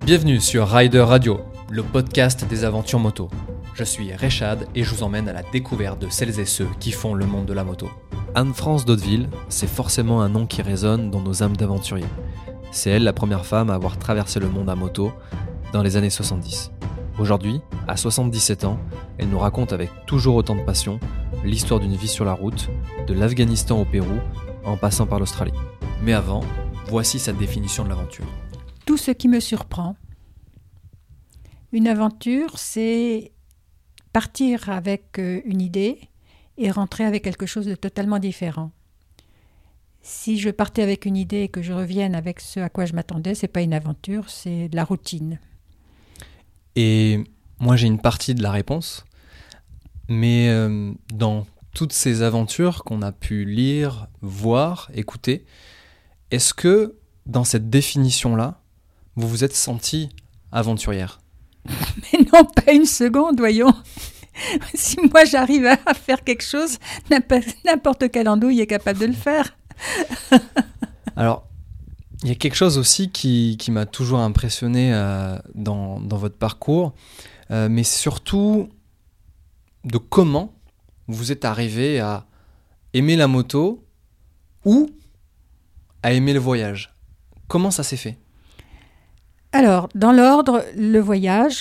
Bienvenue sur Rider Radio, le podcast des aventures moto. Je suis Rechad et je vous emmène à la découverte de celles et ceux qui font le monde de la moto. Anne-France d'Hauteville, c'est forcément un nom qui résonne dans nos âmes d'aventuriers. C'est elle la première femme à avoir traversé le monde à moto dans les années 70. Aujourd'hui, à 77 ans, elle nous raconte avec toujours autant de passion l'histoire d'une vie sur la route, de l'Afghanistan au Pérou, en passant par l'Australie. Mais avant, voici sa définition de l'aventure. Tout ce qui me surprend. Une aventure, c'est partir avec une idée et rentrer avec quelque chose de totalement différent. Si je partais avec une idée et que je revienne avec ce à quoi je m'attendais, c'est pas une aventure, c'est de la routine. Et moi, j'ai une partie de la réponse, mais dans toutes ces aventures qu'on a pu lire, voir, écouter, est-ce que dans cette définition-là, vous vous êtes sentie aventurière? Mais non, pas une seconde, voyons. Si moi j'arrive à faire quelque chose, n'importe quelle andouille est capable de le faire. Alors, il y a quelque chose aussi qui m'a toujours impressionné dans votre parcours, mais surtout de comment vous êtes arrivé à aimer la moto ou à aimer le voyage. Comment ça s'est fait ? Alors, dans l'ordre, le voyage.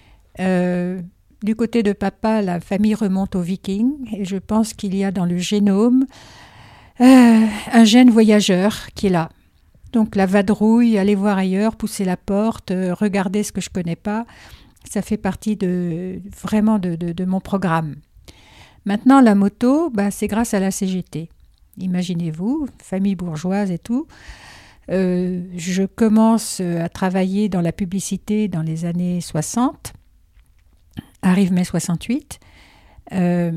Du côté de papa, la famille remonte aux Vikings et je pense qu'il y a dans le génome un gène voyageur qui est là. Donc la vadrouille, aller voir ailleurs, pousser la porte, regarder ce que je ne connais pas, ça fait partie vraiment de mon programme. Maintenant, la moto, c'est grâce à la CGT. Imaginez-vous, famille bourgeoise et tout. Je commence à travailler dans la publicité dans les années 60. Arrive mai 68. Et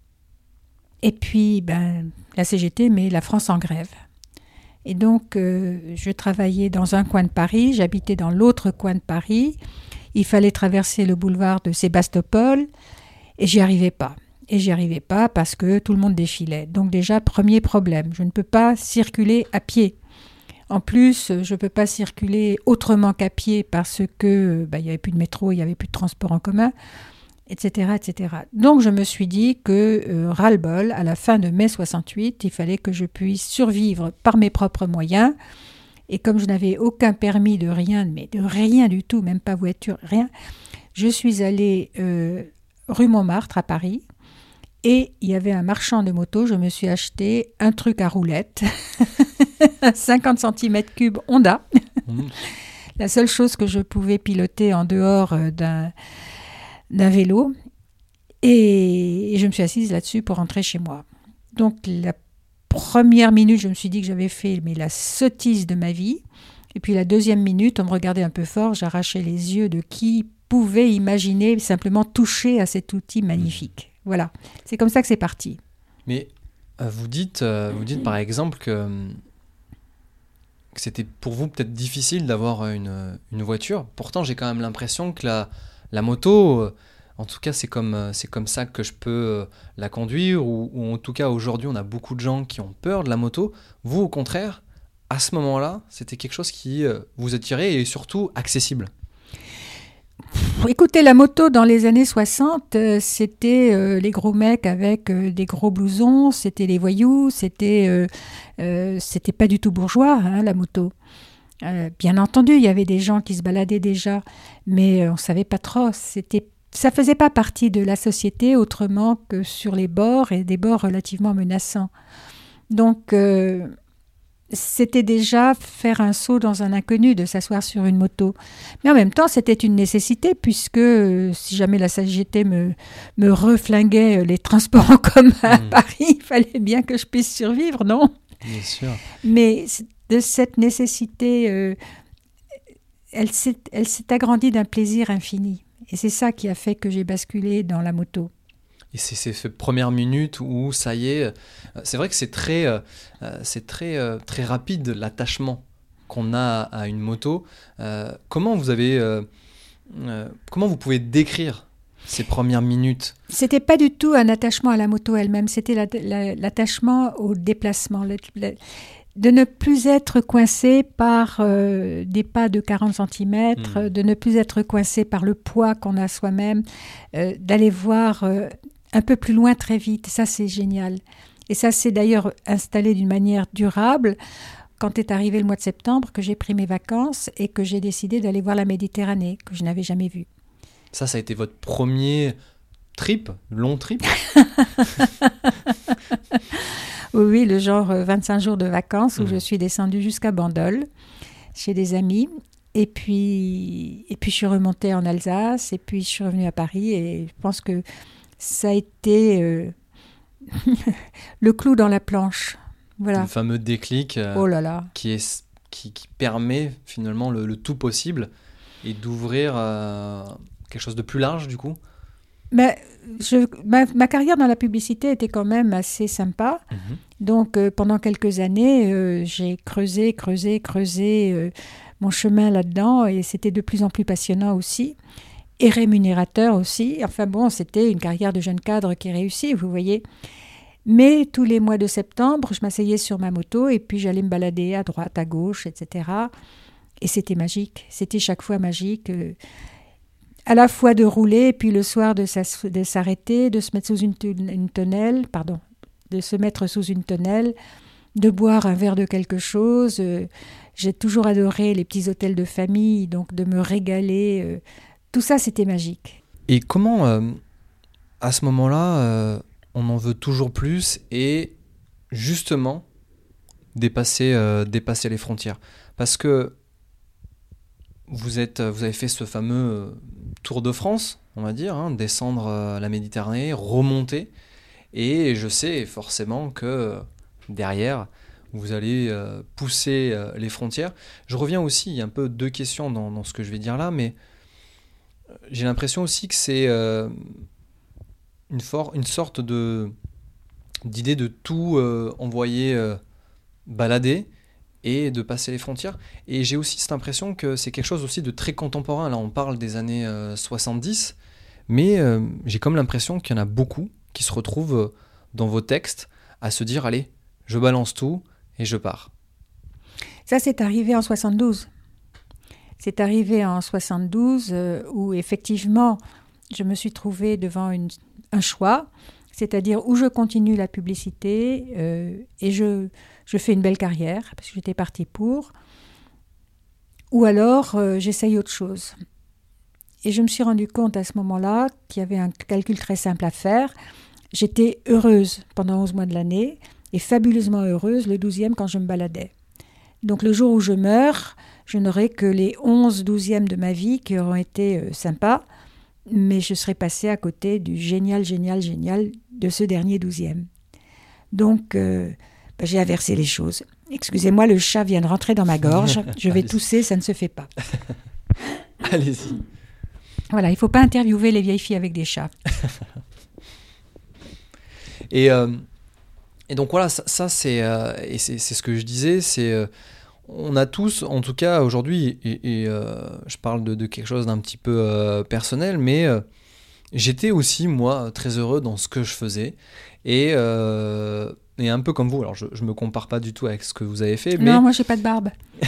puis, la CGT met la France en grève. Et donc, je travaillais dans un coin de Paris, j'habitais dans l'autre coin de Paris. Il fallait traverser le boulevard de Sébastopol et j'y arrivais pas. Et j'y arrivais pas parce que tout le monde défilait. Donc déjà, premier problème, je ne peux pas circuler à pied. En plus, je ne peux pas circuler autrement qu'à pied parce que il n'y avait plus de métro, il n'y avait plus de transport en commun, etc., etc. Donc, je me suis dit que, ras-le-bol, à la fin de mai 68, il fallait que je puisse survivre par mes propres moyens. Et comme je n'avais aucun permis de rien, mais de rien du tout, même pas voiture, rien, je suis allée rue Montmartre à Paris. Et il y avait un marchand de moto, je me suis acheté un truc à roulettes, un 50 cm3 Honda, la seule chose que je pouvais piloter en dehors d'un vélo. Et je me suis assise là-dessus pour rentrer chez moi. Donc la première minute, je me suis dit que j'avais fait la sottise de ma vie. Et puis la deuxième minute, on me regardait un peu fort, j'arrachais les yeux de qui pouvait imaginer simplement toucher à cet outil magnifique. Voilà, c'est comme ça que c'est parti. Mais vous dites par exemple que c'était pour vous peut-être difficile d'avoir une voiture. Pourtant, j'ai quand même l'impression que la moto, en tout cas, c'est comme ça que je peux la conduire. Ou en tout cas, aujourd'hui, on a beaucoup de gens qui ont peur de la moto. Vous, au contraire, à ce moment-là, c'était quelque chose qui vous attirait et surtout accessible. Écoutez, la moto dans les années 60, c'était les gros mecs avec des gros blousons, c'était les voyous, c'était pas du tout bourgeois, la moto. Bien entendu, il y avait des gens qui se baladaient déjà, mais on ne savait pas trop. Ça faisait pas partie de la société autrement que sur les bords et des bords relativement menaçants. Donc, c'était déjà faire un saut dans un inconnu de s'asseoir sur une moto. Mais en même temps, c'était une nécessité puisque si jamais la CGT me reflinguait les transports en commun à Paris, il fallait bien que je puisse survivre, non ? Bien sûr. Mais de cette nécessité, elle s'est agrandie d'un plaisir infini. Et c'est ça qui a fait que j'ai basculé dans la moto. Et c'est cette première minute où ça y est, c'est vrai que c'est très rapide l'attachement qu'on a à une moto. Comment vous pouvez décrire ces premières minutes? C'était pas du tout un attachement à la moto elle-même, c'était l'attachement au déplacement. de ne plus être coincé par des pas de 40 cm, de ne plus être coincé par le poids qu'on a soi-même, d'aller voir un peu plus loin très vite. Ça, c'est génial. Et ça s'est d'ailleurs installé d'une manière durable quand est arrivé le mois de septembre, que j'ai pris mes vacances et que j'ai décidé d'aller voir la Méditerranée, que je n'avais jamais vue. Ça a été votre premier long trip? Oui, le genre 25 jours de vacances où je suis descendue jusqu'à Bandol, chez des amis. Et puis je suis remontée en Alsace et puis je suis revenue à Paris. Et je pense que ça a été le clou dans la planche. Voilà. Le fameux déclic oh là là. Qui permet finalement le tout possible et d'ouvrir quelque chose de plus large du coup. Mais ma carrière dans la publicité était quand même assez sympa. Donc, pendant quelques années, j'ai creusé mon chemin là-dedans et c'était de plus en plus passionnant aussi et rémunérateur aussi. Enfin bon, c'était une carrière de jeune cadre qui réussit, vous voyez. Mais tous les mois de septembre, je m'asseyais sur ma moto et puis j'allais me balader à droite, à gauche, etc. Et c'était magique. C'était chaque fois magique. À la fois de rouler, et puis le soir de s'arrêter, de se mettre sous une tonnelle, de boire un verre de quelque chose. J'ai toujours adoré les petits hôtels de famille, donc de me régaler. Tout ça, c'était magique. Et comment, à ce moment-là, on en veut toujours plus et justement dépasser les frontières? Parce que vous avez fait ce fameux Tour de France, on va dire, descendre la Méditerranée, remonter. Et je sais forcément que derrière, vous allez pousser les frontières. Je reviens aussi, il y a un peu deux questions dans ce que je vais dire là, mais j'ai l'impression aussi que c'est une sorte d'idée de tout envoyer balader et de passer les frontières. Et j'ai aussi cette impression que c'est quelque chose aussi de très contemporain. Là, on parle des années 70, mais j'ai comme l'impression qu'il y en a beaucoup qui se retrouvent dans vos textes à se dire « Allez, je balance tout et je pars ». Ça, c'est arrivé en 72. C'est arrivé en 72 où, effectivement, je me suis trouvée devant un choix, c'est-à-dire où je continue la publicité et je fais une belle carrière, parce que j'étais partie pour, ou alors j'essaye autre chose. Et je me suis rendu compte à ce moment-là qu'il y avait un calcul très simple à faire. J'étais heureuse pendant 11 mois de l'année, et fabuleusement heureuse le 12e quand je me baladais. Donc le jour où je meurs, je n'aurai que les 11 12e de ma vie qui auront été sympas, mais je serai passée à côté du génial de ce dernier 12e. Donc j'ai inversé les choses. Excusez-moi, le chat vient de rentrer dans ma gorge. Je vais tousser, ça ne se fait pas. Allez-y. Voilà, il ne faut pas interviewer les vieilles filles avec des chats. Et donc voilà, ça c'est ce que je disais, c'est on a tous, en tout cas aujourd'hui, et je parle de quelque chose d'un petit peu personnel, mais j'étais aussi moi très heureux dans ce que je faisais et un peu comme vous. Alors je me compare pas du tout avec ce que vous avez fait, mais non, moi j'ai pas de barbe.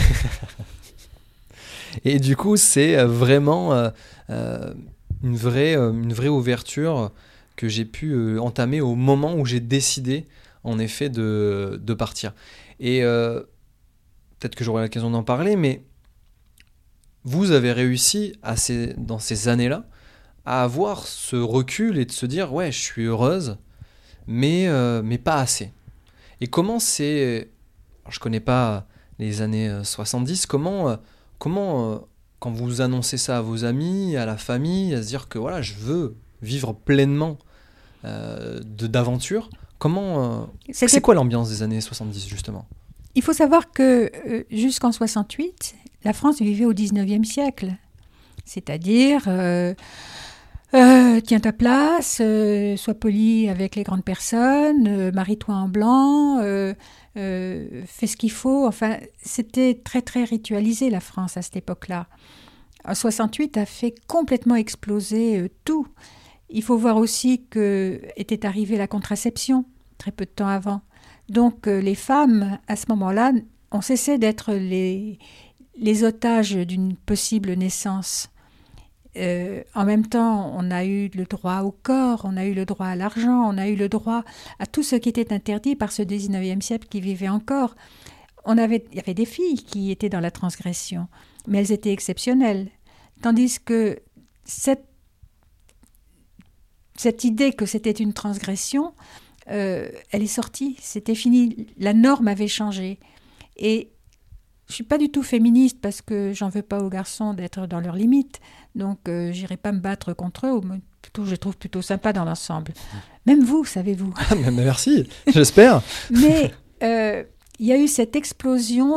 Et du coup c'est vraiment une vraie ouverture que j'ai pu entamer au moment où j'ai décidé en effet de partir. Et peut-être que j'aurai l'occasion d'en parler, mais vous avez réussi dans ces années-là à avoir ce recul et de se dire ouais, je suis heureuse, mais pas assez. Et comment c'est... Alors, je connais pas les années 70, comment quand vous annoncez ça à vos amis, à la famille, à se dire que voilà, je veux vivre pleinement d'aventure, c'est quoi l'ambiance des années 70 justement ? Il faut savoir que jusqu'en 68, la France vivait au 19e siècle. C'est-à-dire, tiens ta place, sois poli avec les grandes personnes, marie-toi en blanc, fais ce qu'il faut. Enfin, c'était très très ritualisé la France à cette époque-là. En 68 a fait complètement exploser tout. Il faut voir aussi qu'était arrivée la contraception très peu de temps avant. Donc les femmes, à ce moment-là, on cessait d'être les otages d'une possible naissance. En même temps, on a eu le droit au corps, on a eu le droit à l'argent, on a eu le droit à tout ce qui était interdit par ce 19e siècle qui vivait encore. Il y avait des filles qui étaient dans la transgression, mais elles étaient exceptionnelles. Tandis que cette idée que c'était une transgression, elle est sortie, c'était fini, la norme avait changé. Et je ne suis pas du tout féministe parce que j'en veux pas aux garçons d'être dans leurs limites, donc j'irai pas me battre contre eux, mais plutôt, je les trouve plutôt sympas dans l'ensemble. Même vous, savez-vous. Merci, j'espère. Mais il y a eu cette explosion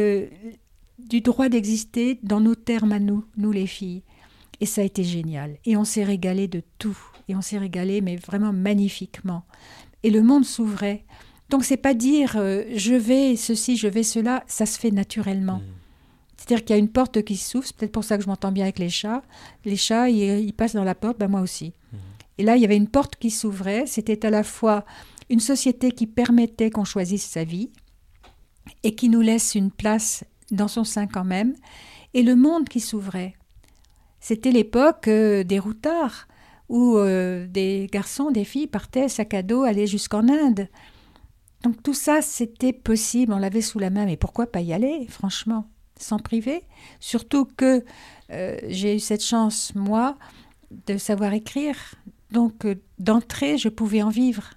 du droit d'exister dans nos termes à nous les filles. Et ça a été génial. Et on s'est régalé de tout. Et on s'est régalé, mais vraiment magnifiquement. Et le monde s'ouvrait. Donc, c'est pas dire je vais ceci, je vais cela. Ça se fait naturellement. C'est-à-dire qu'il y a une porte qui s'ouvre. C'est peut-être pour ça que je m'entends bien avec les chats. Les chats, ils passent dans la porte, ben moi aussi. Et là, il y avait une porte qui s'ouvrait. C'était à la fois une société qui permettait qu'on choisisse sa vie et qui nous laisse une place dans son sein quand même. Et le monde qui s'ouvrait. C'était l'époque des routards, où des garçons, des filles partaient sac à dos, allaient jusqu'en Inde. Donc tout ça, c'était possible, on l'avait sous la main. Mais pourquoi pas y aller, franchement, s'en priver? Surtout que j'ai eu cette chance, moi, de savoir écrire. Donc d'entrée, je pouvais en vivre.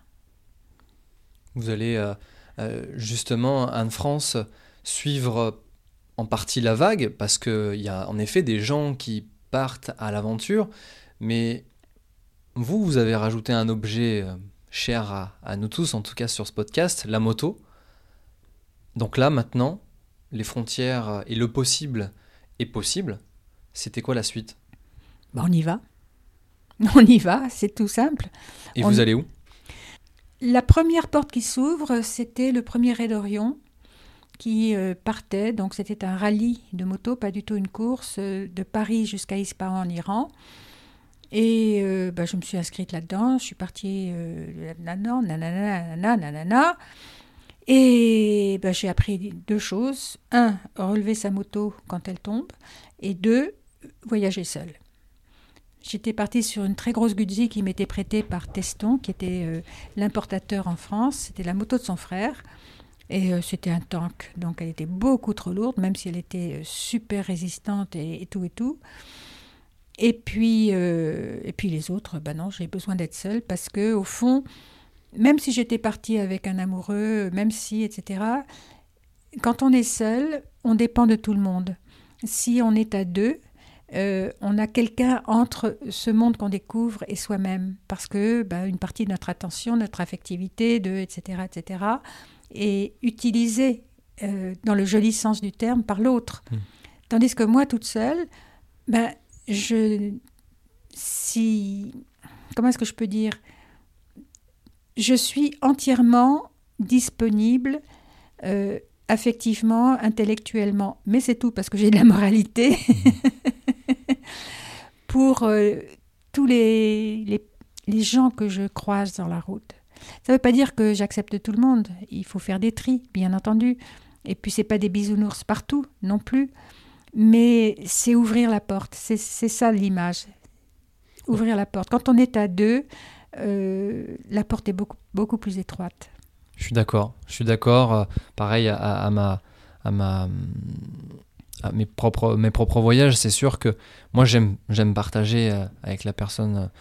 Vous allez justement, Anne-France, suivre en partie la vague, parce qu'il y a en effet des gens qui partent à l'aventure, mais vous avez rajouté un objet cher à nous tous, en tout cas sur ce podcast, la moto. Donc là, maintenant, les frontières et le possible est possible. C'était quoi la suite ? On y va. On y va, c'est tout simple. Et vous allez où ? La première porte qui s'ouvre, c'était le premier raid d'Orion qui partait. Donc c'était un rallye de moto, pas du tout une course, de Paris jusqu'à Ispahan en Iran. Et je me suis inscrite là-dedans. Je suis partie là-dedans, nanana. Et j'ai appris deux choses. Un, relever sa moto quand elle tombe. Et deux, voyager seule. J'étais partie sur une très grosse Guzzi qui m'était prêtée par Teston, qui était l'importateur en France. C'était la moto de son frère. Et c'était un tank, donc elle était beaucoup trop lourde, même si elle était super résistante et tout. Et puis les autres, non, j'ai besoin d'être seule parce que au fond, même si j'étais partie avec un amoureux, même si, etc., quand on est seul, on dépend de tout le monde. Si on est à deux, on a quelqu'un entre ce monde qu'on découvre et soi-même, parce que une partie de notre attention, notre affectivité, etc., est utilisée dans le joli sens du terme par l'autre. Tandis que moi, toute seule, comment est-ce que je peux dire ? Je suis entièrement disponible affectivement, intellectuellement, mais c'est tout parce que j'ai de la moralité pour tous les gens que je croise dans la route. Ça ne veut pas dire que j'accepte tout le monde. Il faut faire des tris, bien entendu. Et puis, ce n'est pas des bisounours partout, non plus. Mais c'est ouvrir la porte. C'est ça l'image. Ouvrir la porte. Quand on est à deux, la porte est beaucoup, beaucoup plus étroite. Je suis d'accord. Pareil à mes propres voyages. C'est sûr que moi, j'aime partager avec la personne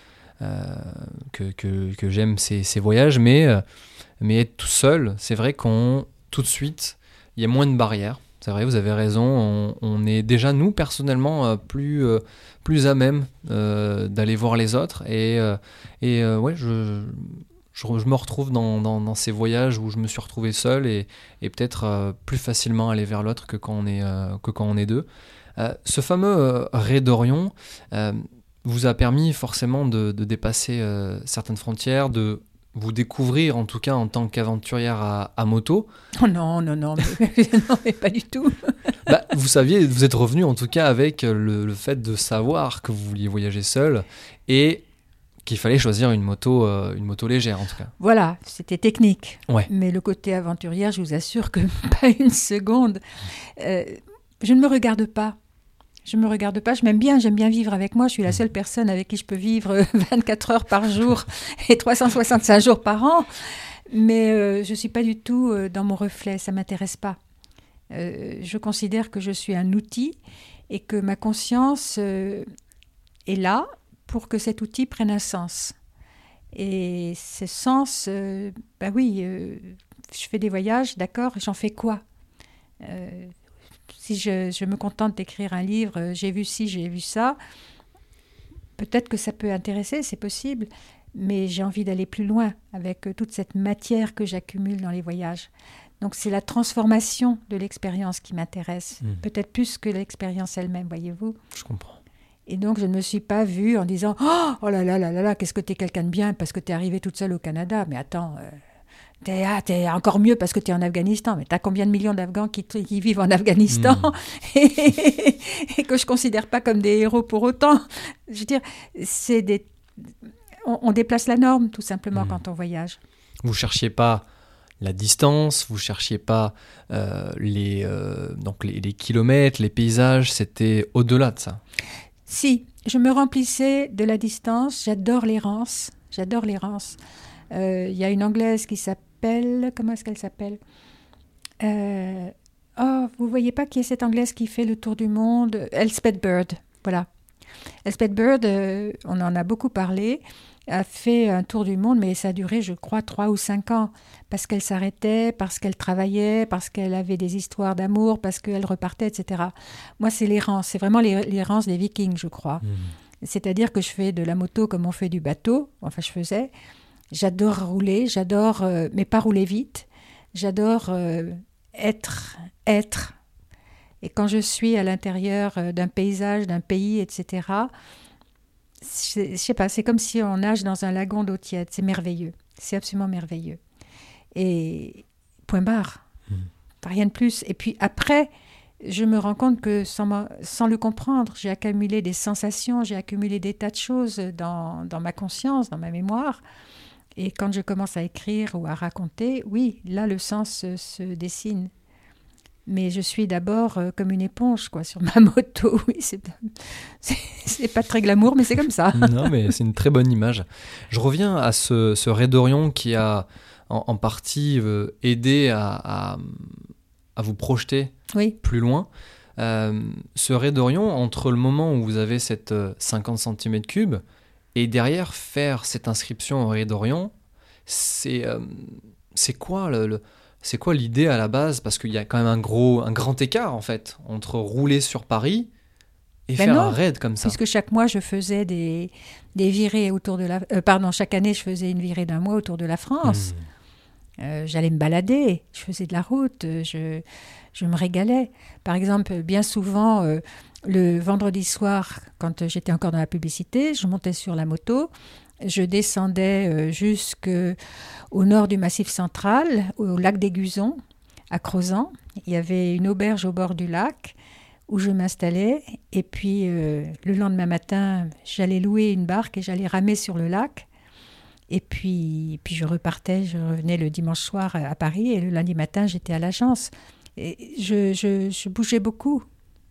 que j'aime ces voyages, mais être tout seul, c'est vrai tout de suite, il y a moins de barrières. C'est vrai, vous avez raison, on est déjà, nous, personnellement, plus à même d'aller voir les autres. Et je me retrouve dans ces voyages où je me suis retrouvé seul et peut-être plus facilement aller vers l'autre que quand on est deux. Ce fameux raid d'Orion vous a permis forcément de dépasser certaines frontières, de vous découvrir en tout cas en tant qu'aventurière à moto. Oh non, mais pas du tout. Vous saviez, vous êtes revenu en tout cas avec le fait de savoir que vous vouliez voyager seul. Et Qu'il fallait choisir une moto légère en tout cas. Voilà, c'était technique. Ouais. Mais le côté aventurière, je vous assure que pas une seconde. Je ne me regarde pas. Je j'aime bien vivre avec moi. Je suis la seule personne avec qui je peux vivre 24 heures par jour et 365 jours par an. Mais je ne suis pas du tout dans mon reflet, ça ne m'intéresse pas. Je considère que je suis un outil et que ma conscience est là pour que cet outil prenne un sens. Et ce sens, je fais des voyages, d'accord, j'en fais quoi ? Si je me contente d'écrire un livre, j'ai vu ci, j'ai vu ça, peut-être que ça peut intéresser, c'est possible, mais j'ai envie d'aller plus loin avec toute cette matière que j'accumule dans les voyages. Donc c'est la transformation de l'expérience qui m'intéresse, peut-être plus que l'expérience elle-même, voyez-vous. Je comprends. Et donc je ne me suis pas vue en disant « Oh là là là là là, qu'est-ce que t'es quelqu'un de bien parce que t'es arrivée toute seule au Canada. Mais attends, t'es encore mieux parce que t'es en Afghanistan. Mais t'as combien de millions d'Afghans qui vivent en Afghanistan et que je considère pas comme des héros pour autant. Je veux dire, on déplace la norme tout simplement quand on voyage. Vous cherchiez pas la distance, vous cherchiez pas les kilomètres, les paysages, c'était au-delà de ça. Si, je me remplissais de la distance, j'adore l'errance. Il y a une Anglaise qui s'appelle... Comment est-ce qu'elle s'appelle ? Vous voyez pas qui est cette Anglaise qui fait le tour du monde ? Elspeth Bird, voilà. Elspeth Bird, on en a beaucoup parlé, a fait un tour du monde, mais ça a duré, je crois, 3 ou 5 ans, parce qu'elle s'arrêtait, parce qu'elle travaillait, parce qu'elle avait des histoires d'amour, parce qu'elle repartait, etc. Moi, c'est l'errance, c'est vraiment l'errance des Vikings, je crois. C'est-à-dire que je fais de la moto comme on fait du bateau, enfin je faisais. J'adore rouler, mais pas rouler vite. J'adore être. Et quand je suis à l'intérieur d'un paysage, d'un pays, etc., je sais pas, c'est comme si on nage dans un lagon d'eau tiède. C'est merveilleux. C'est absolument merveilleux. Et point barre. Rien de plus. Et puis après, je me rends compte que sans le comprendre, j'ai accumulé des sensations, j'ai accumulé des tas de choses dans ma conscience, dans ma mémoire. Et quand je commence à écrire ou à raconter, oui, là, le sens se dessine. Mais je suis d'abord comme une éponge, quoi, sur ma moto. Oui, c'est pas très glamour, mais c'est comme ça. Non, mais c'est une très bonne image. Je reviens à ce raid d'Orion qui a en partie aidé à vous projeter plus loin. Ce raid d'Orion, entre le moment où vous avez cette 50 cm3 et derrière faire cette inscription au raid d'Orion, c'est quoi c'est quoi l'idée à la base ? Parce qu'il y a quand même un grand écart en fait entre rouler sur Paris et faire un raid comme ça. Puisque chaque mois je faisais des virées autour de chaque année je faisais une virée d'un mois autour de la France. J'allais me balader, je faisais de la route, je me régalais. Par exemple, bien souvent, le vendredi soir, quand j'étais encore dans la publicité, je montais sur la moto, je descendais jusqu'au nord du Massif central, au lac des Guzons, à Crozant. Il y avait une auberge au bord du lac où je m'installais. Et puis, le lendemain matin, j'allais louer une barque et j'allais ramer sur le lac. Et puis je revenais le dimanche soir à Paris et le lundi matin, j'étais à l'agence. Et je bougeais beaucoup.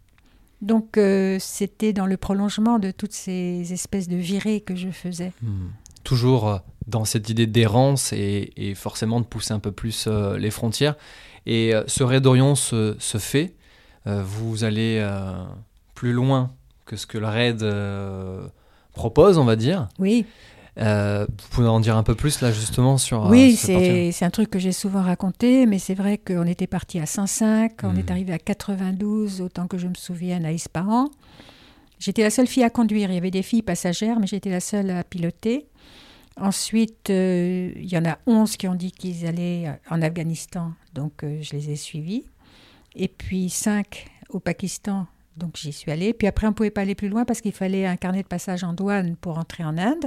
Donc, c'était dans le prolongement de toutes ces espèces de virées que je faisais. Toujours dans cette idée d'errance et forcément de pousser un peu plus les frontières. Et ce raid d'Orion se fait. Vous allez plus loin que ce que le raid propose, on va dire. Oui. Vous pouvez en dire un peu plus là justement sur... Oui, c'est un truc que j'ai souvent raconté, mais c'est vrai qu'on était parti à 105, on est arrivé à 92, autant que je me souvienne, à Ispahan. J'étais la seule fille à conduire, il y avait des filles passagères, mais j'étais la seule à piloter. Ensuite, il y en a 11 qui ont dit qu'ils allaient en Afghanistan, donc je les ai suivis. Et puis 5 au Pakistan, donc j'y suis allée. Puis après, on ne pouvait pas aller plus loin parce qu'il fallait un carnet de passage en douane pour entrer en Inde.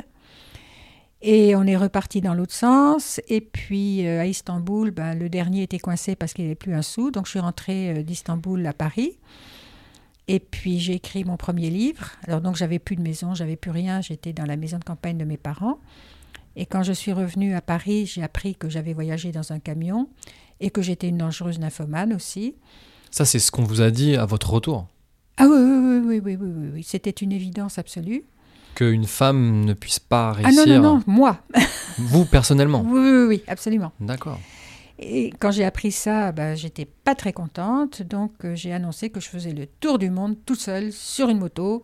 Et on est reparti dans l'autre sens. Et puis à Istanbul, le dernier était coincé parce qu'il n'y avait plus un sou. Donc je suis rentrée d'Istanbul à Paris. Et puis j'ai écrit mon premier livre. Alors donc j'avais plus de maison, j'avais plus rien, j'étais dans la maison de campagne de mes parents. Et quand je suis revenue à Paris, j'ai appris que j'avais voyagé dans un camion et que j'étais une dangereuse nymphomane aussi. Ça, c'est ce qu'on vous a dit à votre retour? Ah oui. C'était une évidence absolue. Qu'une femme ne puisse pas réussir... Ah non, moi. Vous, personnellement? Oui, absolument. D'accord. Et quand j'ai appris ça, j'étais pas très contente. Donc j'ai annoncé que je faisais le tour du monde tout seul sur une moto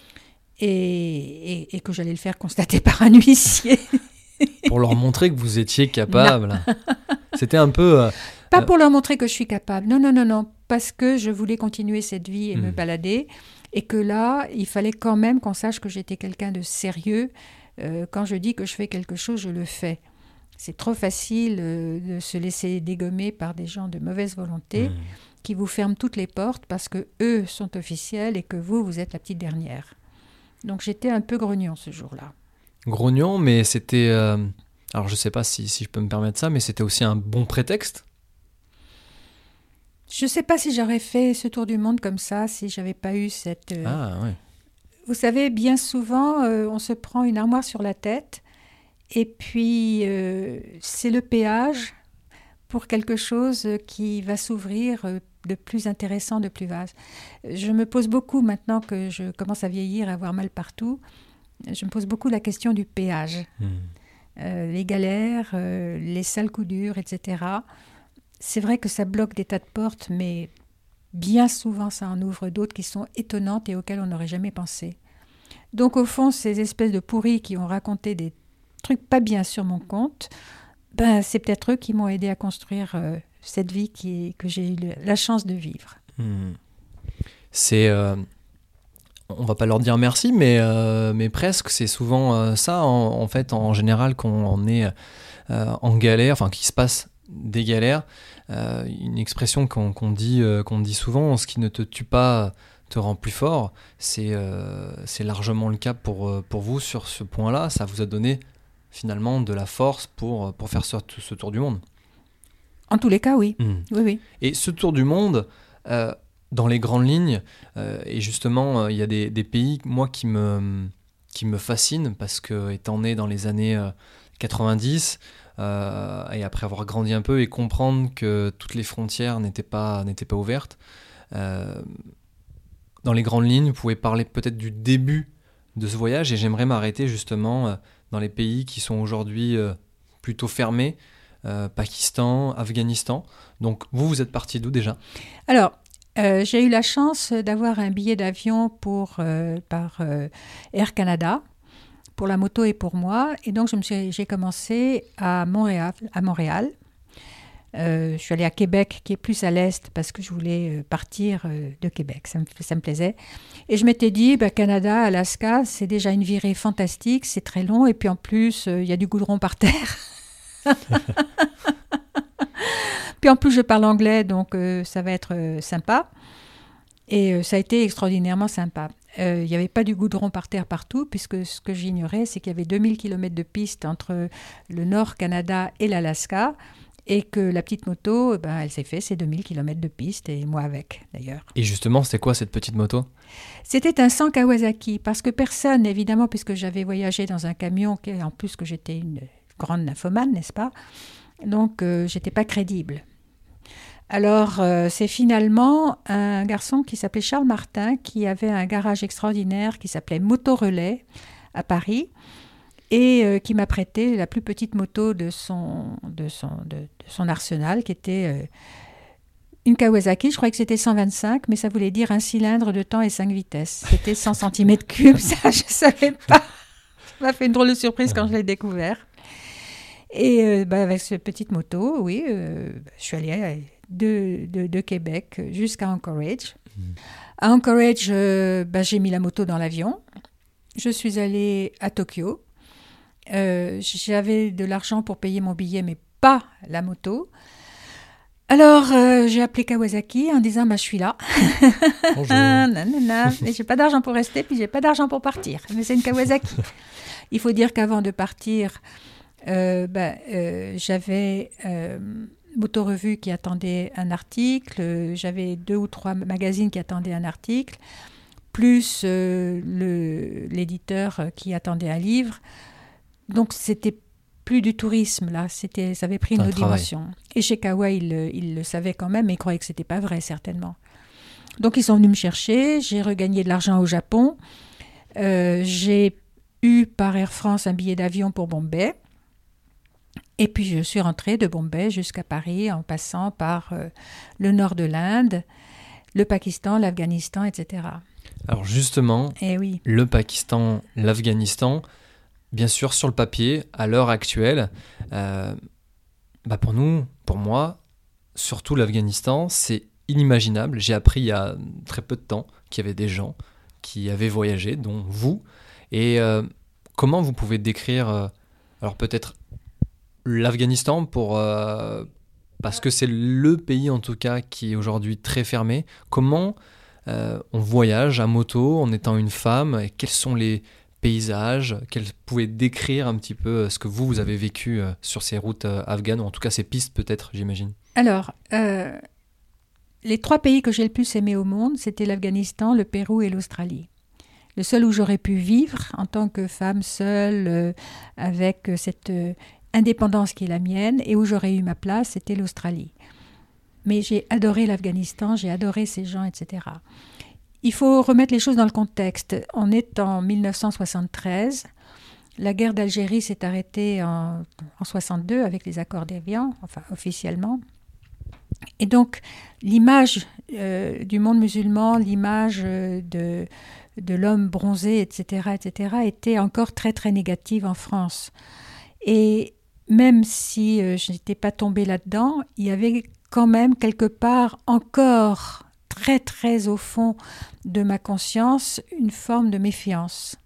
et que j'allais le faire constater par un huissier. Pour leur montrer que vous étiez capable. C'était un peu... Pas pour leur montrer que je suis capable. Non. Parce que je voulais continuer cette vie et me balader. Et que là, il fallait quand même qu'on sache que j'étais quelqu'un de sérieux. Quand je dis que je fais quelque chose, je le fais. C'est trop facile de se laisser dégommer par des gens de mauvaise volonté qui vous ferment toutes les portes parce que eux sont officiels et que vous êtes la petite dernière. Donc j'étais un peu grognon ce jour-là. Grognon, mais c'était... alors je ne sais pas si je peux me permettre ça, mais c'était aussi un bon prétexte? Je ne sais pas si j'aurais fait ce tour du monde comme ça, si je n'avais pas eu cette... Ah, ouais. Vous savez, bien souvent, on se prend une armoire sur la tête et puis c'est le péage pour quelque chose qui va s'ouvrir de plus intéressant, de plus vaste. Je me pose beaucoup, maintenant que je commence à vieillir, à avoir mal partout, je me pose beaucoup la question du péage. Les galères, les sales coups durs, etc. C'est vrai que ça bloque des tas de portes, mais bien souvent, ça en ouvre d'autres qui sont étonnantes et auxquelles on n'aurait jamais pensé. Donc, au fond, ces espèces de pourris qui ont raconté des trucs pas bien sur mon compte, c'est peut-être eux qui m'ont aidé à construire cette vie que j'ai eu la chance de vivre. C'est... on va pas leur dire merci, mais presque, c'est souvent ça, en fait, en général, quand on est en galère, enfin, qu'il se passe des galères, une expression qu'on dit souvent, ce qui ne te tue pas te rend plus fort, c'est largement le cas pour vous sur ce point-là. Ça vous a donné finalement de la force pour faire ce tour du monde. En tous les cas, oui. Oui. Et ce tour du monde, dans les grandes lignes, et justement, il y a des pays, moi, qui me fascinent, parce que, étant né dans les années 90, et après avoir grandi un peu et comprendre que toutes les frontières n'étaient pas ouvertes, dans les grandes lignes, vous pouvez parler peut-être du début de ce voyage, et j'aimerais m'arrêter justement dans les pays qui sont aujourd'hui plutôt fermés, Pakistan, Afghanistan. Donc vous êtes parti d'où déjà? Alors, j'ai eu la chance d'avoir un billet d'avion par Air Canada, pour la moto et pour moi. Et donc, j'ai commencé à Montréal. Je suis allée à Québec, qui est plus à l'est, parce que je voulais partir de Québec. Ça me plaisait. Et je m'étais dit, Canada, Alaska, c'est déjà une virée fantastique, c'est très long. Et puis en plus, il y a du goudron par terre. Puis en plus, je parle anglais, donc ça va être sympa. Et ça a été extraordinairement sympa. Il n'y avait pas du goudron par terre partout, puisque ce que j'ignorais, c'est qu'il y avait 2000 km de piste entre le Nord Canada et l'Alaska, et que la petite moto, elle s'est fait ses 2000 km de piste, et moi avec, d'ailleurs. Et justement, c'était quoi cette petite moto? C'était un 100 Kawasaki, parce que personne, évidemment, puisque j'avais voyagé dans un camion, en plus que j'étais une grande nymphomane, n'est-ce pas? Donc, j'étais pas crédible. Alors, c'est finalement un garçon qui s'appelait Charles Martin, qui avait un garage extraordinaire qui s'appelait Moto Relais à Paris, et qui m'a prêté la plus petite moto de son arsenal, qui était une Kawasaki. Je croyais que c'était 125, mais ça voulait dire un cylindre de temps et 5 vitesses. C'était 100 cm3, ça je ne savais pas. Ça m'a fait une drôle de surprise quand je l'ai découvert. Et avec cette petite moto, oui, je suis allée de Québec jusqu'à Anchorage. À Anchorage, j'ai mis la moto dans l'avion. Je suis allée à Tokyo. J'avais de l'argent pour payer mon billet, mais pas la moto. Alors, j'ai appelé Kawasaki en disant, je suis là. Bonjour. Mais j'ai pas d'argent pour rester, puis j'ai pas d'argent pour partir. Mais c'est une Kawasaki. Il faut dire qu'avant de partir, j'avais motorevue qui attendait un article, j'avais 2 ou 3 magazines qui attendaient un article, plus l'éditeur qui attendait un livre. Donc, c'était plus du tourisme, là. Ça avait pris une autre dimension. Et chez Kawa, ils le savaient quand même, mais ils croyaient que ce n'était pas vrai, certainement. Donc, ils sont venus me chercher. J'ai regagné de l'argent au Japon. J'ai eu par Air France un billet d'avion pour Bombay. Et puis, je suis rentrée de Bombay jusqu'à Paris en passant par le nord de l'Inde, le Pakistan, l'Afghanistan, etc. Alors justement, oui. Le Pakistan, l'Afghanistan, bien sûr sur le papier, à l'heure actuelle, pour moi, surtout l'Afghanistan, c'est inimaginable. J'ai appris il y a très peu de temps qu'il y avait des gens qui avaient voyagé, dont vous. Et comment vous pouvez décrire, alors peut-être l'Afghanistan parce que c'est le pays en tout cas qui est aujourd'hui très fermé. Comment on voyage à moto en étant une femme? Et quels sont les paysages? Quels pouvez décrire un petit peu ce que vous avez vécu sur ces routes afghanes, ou en tout cas ces pistes peut-être, j'imagine? Alors, les 3 pays que j'ai le plus aimé au monde, c'était l'Afghanistan, le Pérou et l'Australie. Le seul où j'aurais pu vivre en tant que femme seule, avec cette indépendance qui est la mienne, et où j'aurais eu ma place, c'était l'Australie. Mais j'ai adoré l'Afghanistan, j'ai adoré ces gens, etc. Il faut remettre les choses dans le contexte. On est en 1973. La guerre d'Algérie s'est arrêtée en 1962 avec les accords d'Évian, enfin officiellement. Et donc, l'image du monde musulman, l'image de l'homme bronzé, etc., était encore très, très négative en France. Et même si je n'étais pas tombée là-dedans, il y avait quand même quelque part encore très très au fond de ma conscience une forme de méfiance.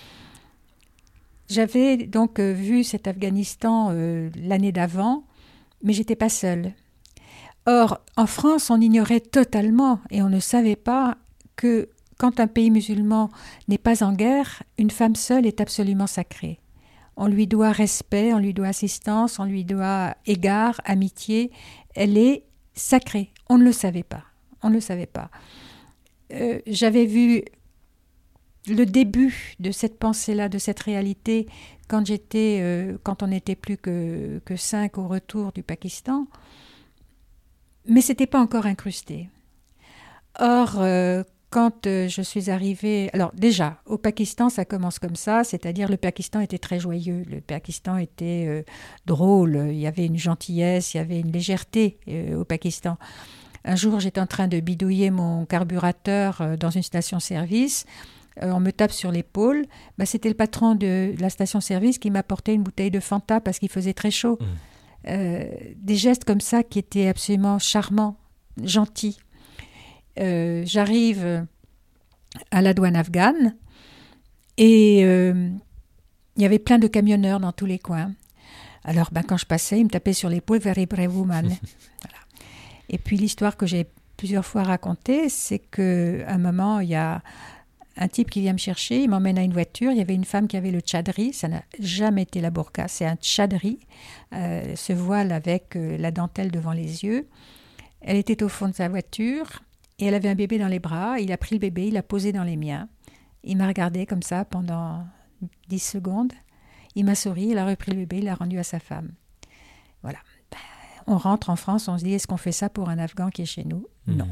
J'avais donc vu cet Afghanistan l'année d'avant, mais j'étais pas seule. Or, en France, on ignorait totalement et on ne savait pas que quand un pays musulman n'est pas en guerre, une femme seule est absolument sacrée. On lui doit respect, on lui doit assistance, on lui doit égard, amitié. Elle est sacrée. On ne le savait pas. On ne le savait pas. J'avais vu le début de cette pensée-là, de cette réalité, quand on n'était plus que 5 au retour du Pakistan. Mais ce n'était pas encore incrusté. Or, quand je suis arrivée... Alors déjà, au Pakistan, ça commence comme ça, c'est-à-dire le Pakistan était très joyeux, le Pakistan était drôle, il y avait une gentillesse, il y avait une légèreté au Pakistan. Un jour, j'étais en train de bidouiller mon carburateur dans une station-service, on me tape sur l'épaule, c'était le patron de la station-service qui m'apportait une bouteille de Fanta parce qu'il faisait très chaud. Des gestes comme ça qui étaient absolument charmants, gentils. J'arrive à la douane afghane et il y avait plein de camionneurs dans tous les coins. Alors quand je passais, ils me tapaient sur l'épaule, very brave woman. Voilà. Et puis l'histoire que j'ai plusieurs fois racontée, c'est qu'à un moment, il y a un type qui vient me chercher, il m'emmène à une voiture, il y avait une femme qui avait le tchadri, ça n'a jamais été la burqa, c'est un tchadri, ce voile avec la dentelle devant les yeux. Elle était au fond de sa voiture et elle avait un bébé dans les bras, il a pris le bébé, il l'a posé dans les miens. Il m'a regardé comme ça pendant 10 secondes, il m'a souri, il a repris le bébé, il l'a rendu à sa femme. Voilà. On rentre en France, on se dit, est-ce qu'on fait ça pour un Afghan qui est chez nous ? Non.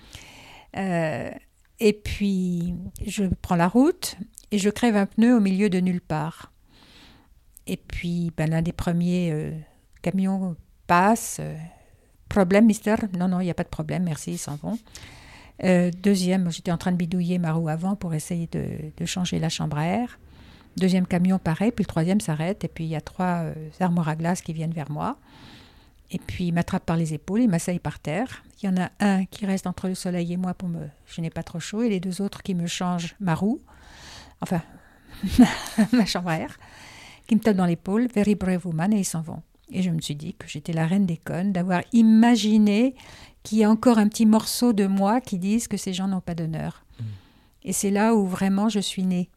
Et puis, je prends la route et je crève un pneu au milieu de nulle part. Et puis, l'un des premiers camions passe. Problème, mister ? Non, il n'y a pas de problème, merci, ils s'en vont. Deuxième, j'étais en train de bidouiller ma roue avant pour essayer de changer la chambre à air. Deuxième camion, pareil, puis le troisième s'arrête. Et puis, il y a 3 armoires à glace qui viennent vers moi. Et puis, il m'attrape par les épaules, il m'asseye par terre. Il y en a un qui reste entre le soleil et moi je n'ai pas trop chaud, et les 2 autres qui me changent ma roue, enfin, ma chambre à air, qui me tapent dans l'épaule, very brave woman, et ils s'en vont. Et je me suis dit que j'étais la reine des connes, d'avoir imaginé qu'il y a encore un petit morceau de moi qui dise que ces gens n'ont pas d'honneur. Et c'est là où vraiment je suis née.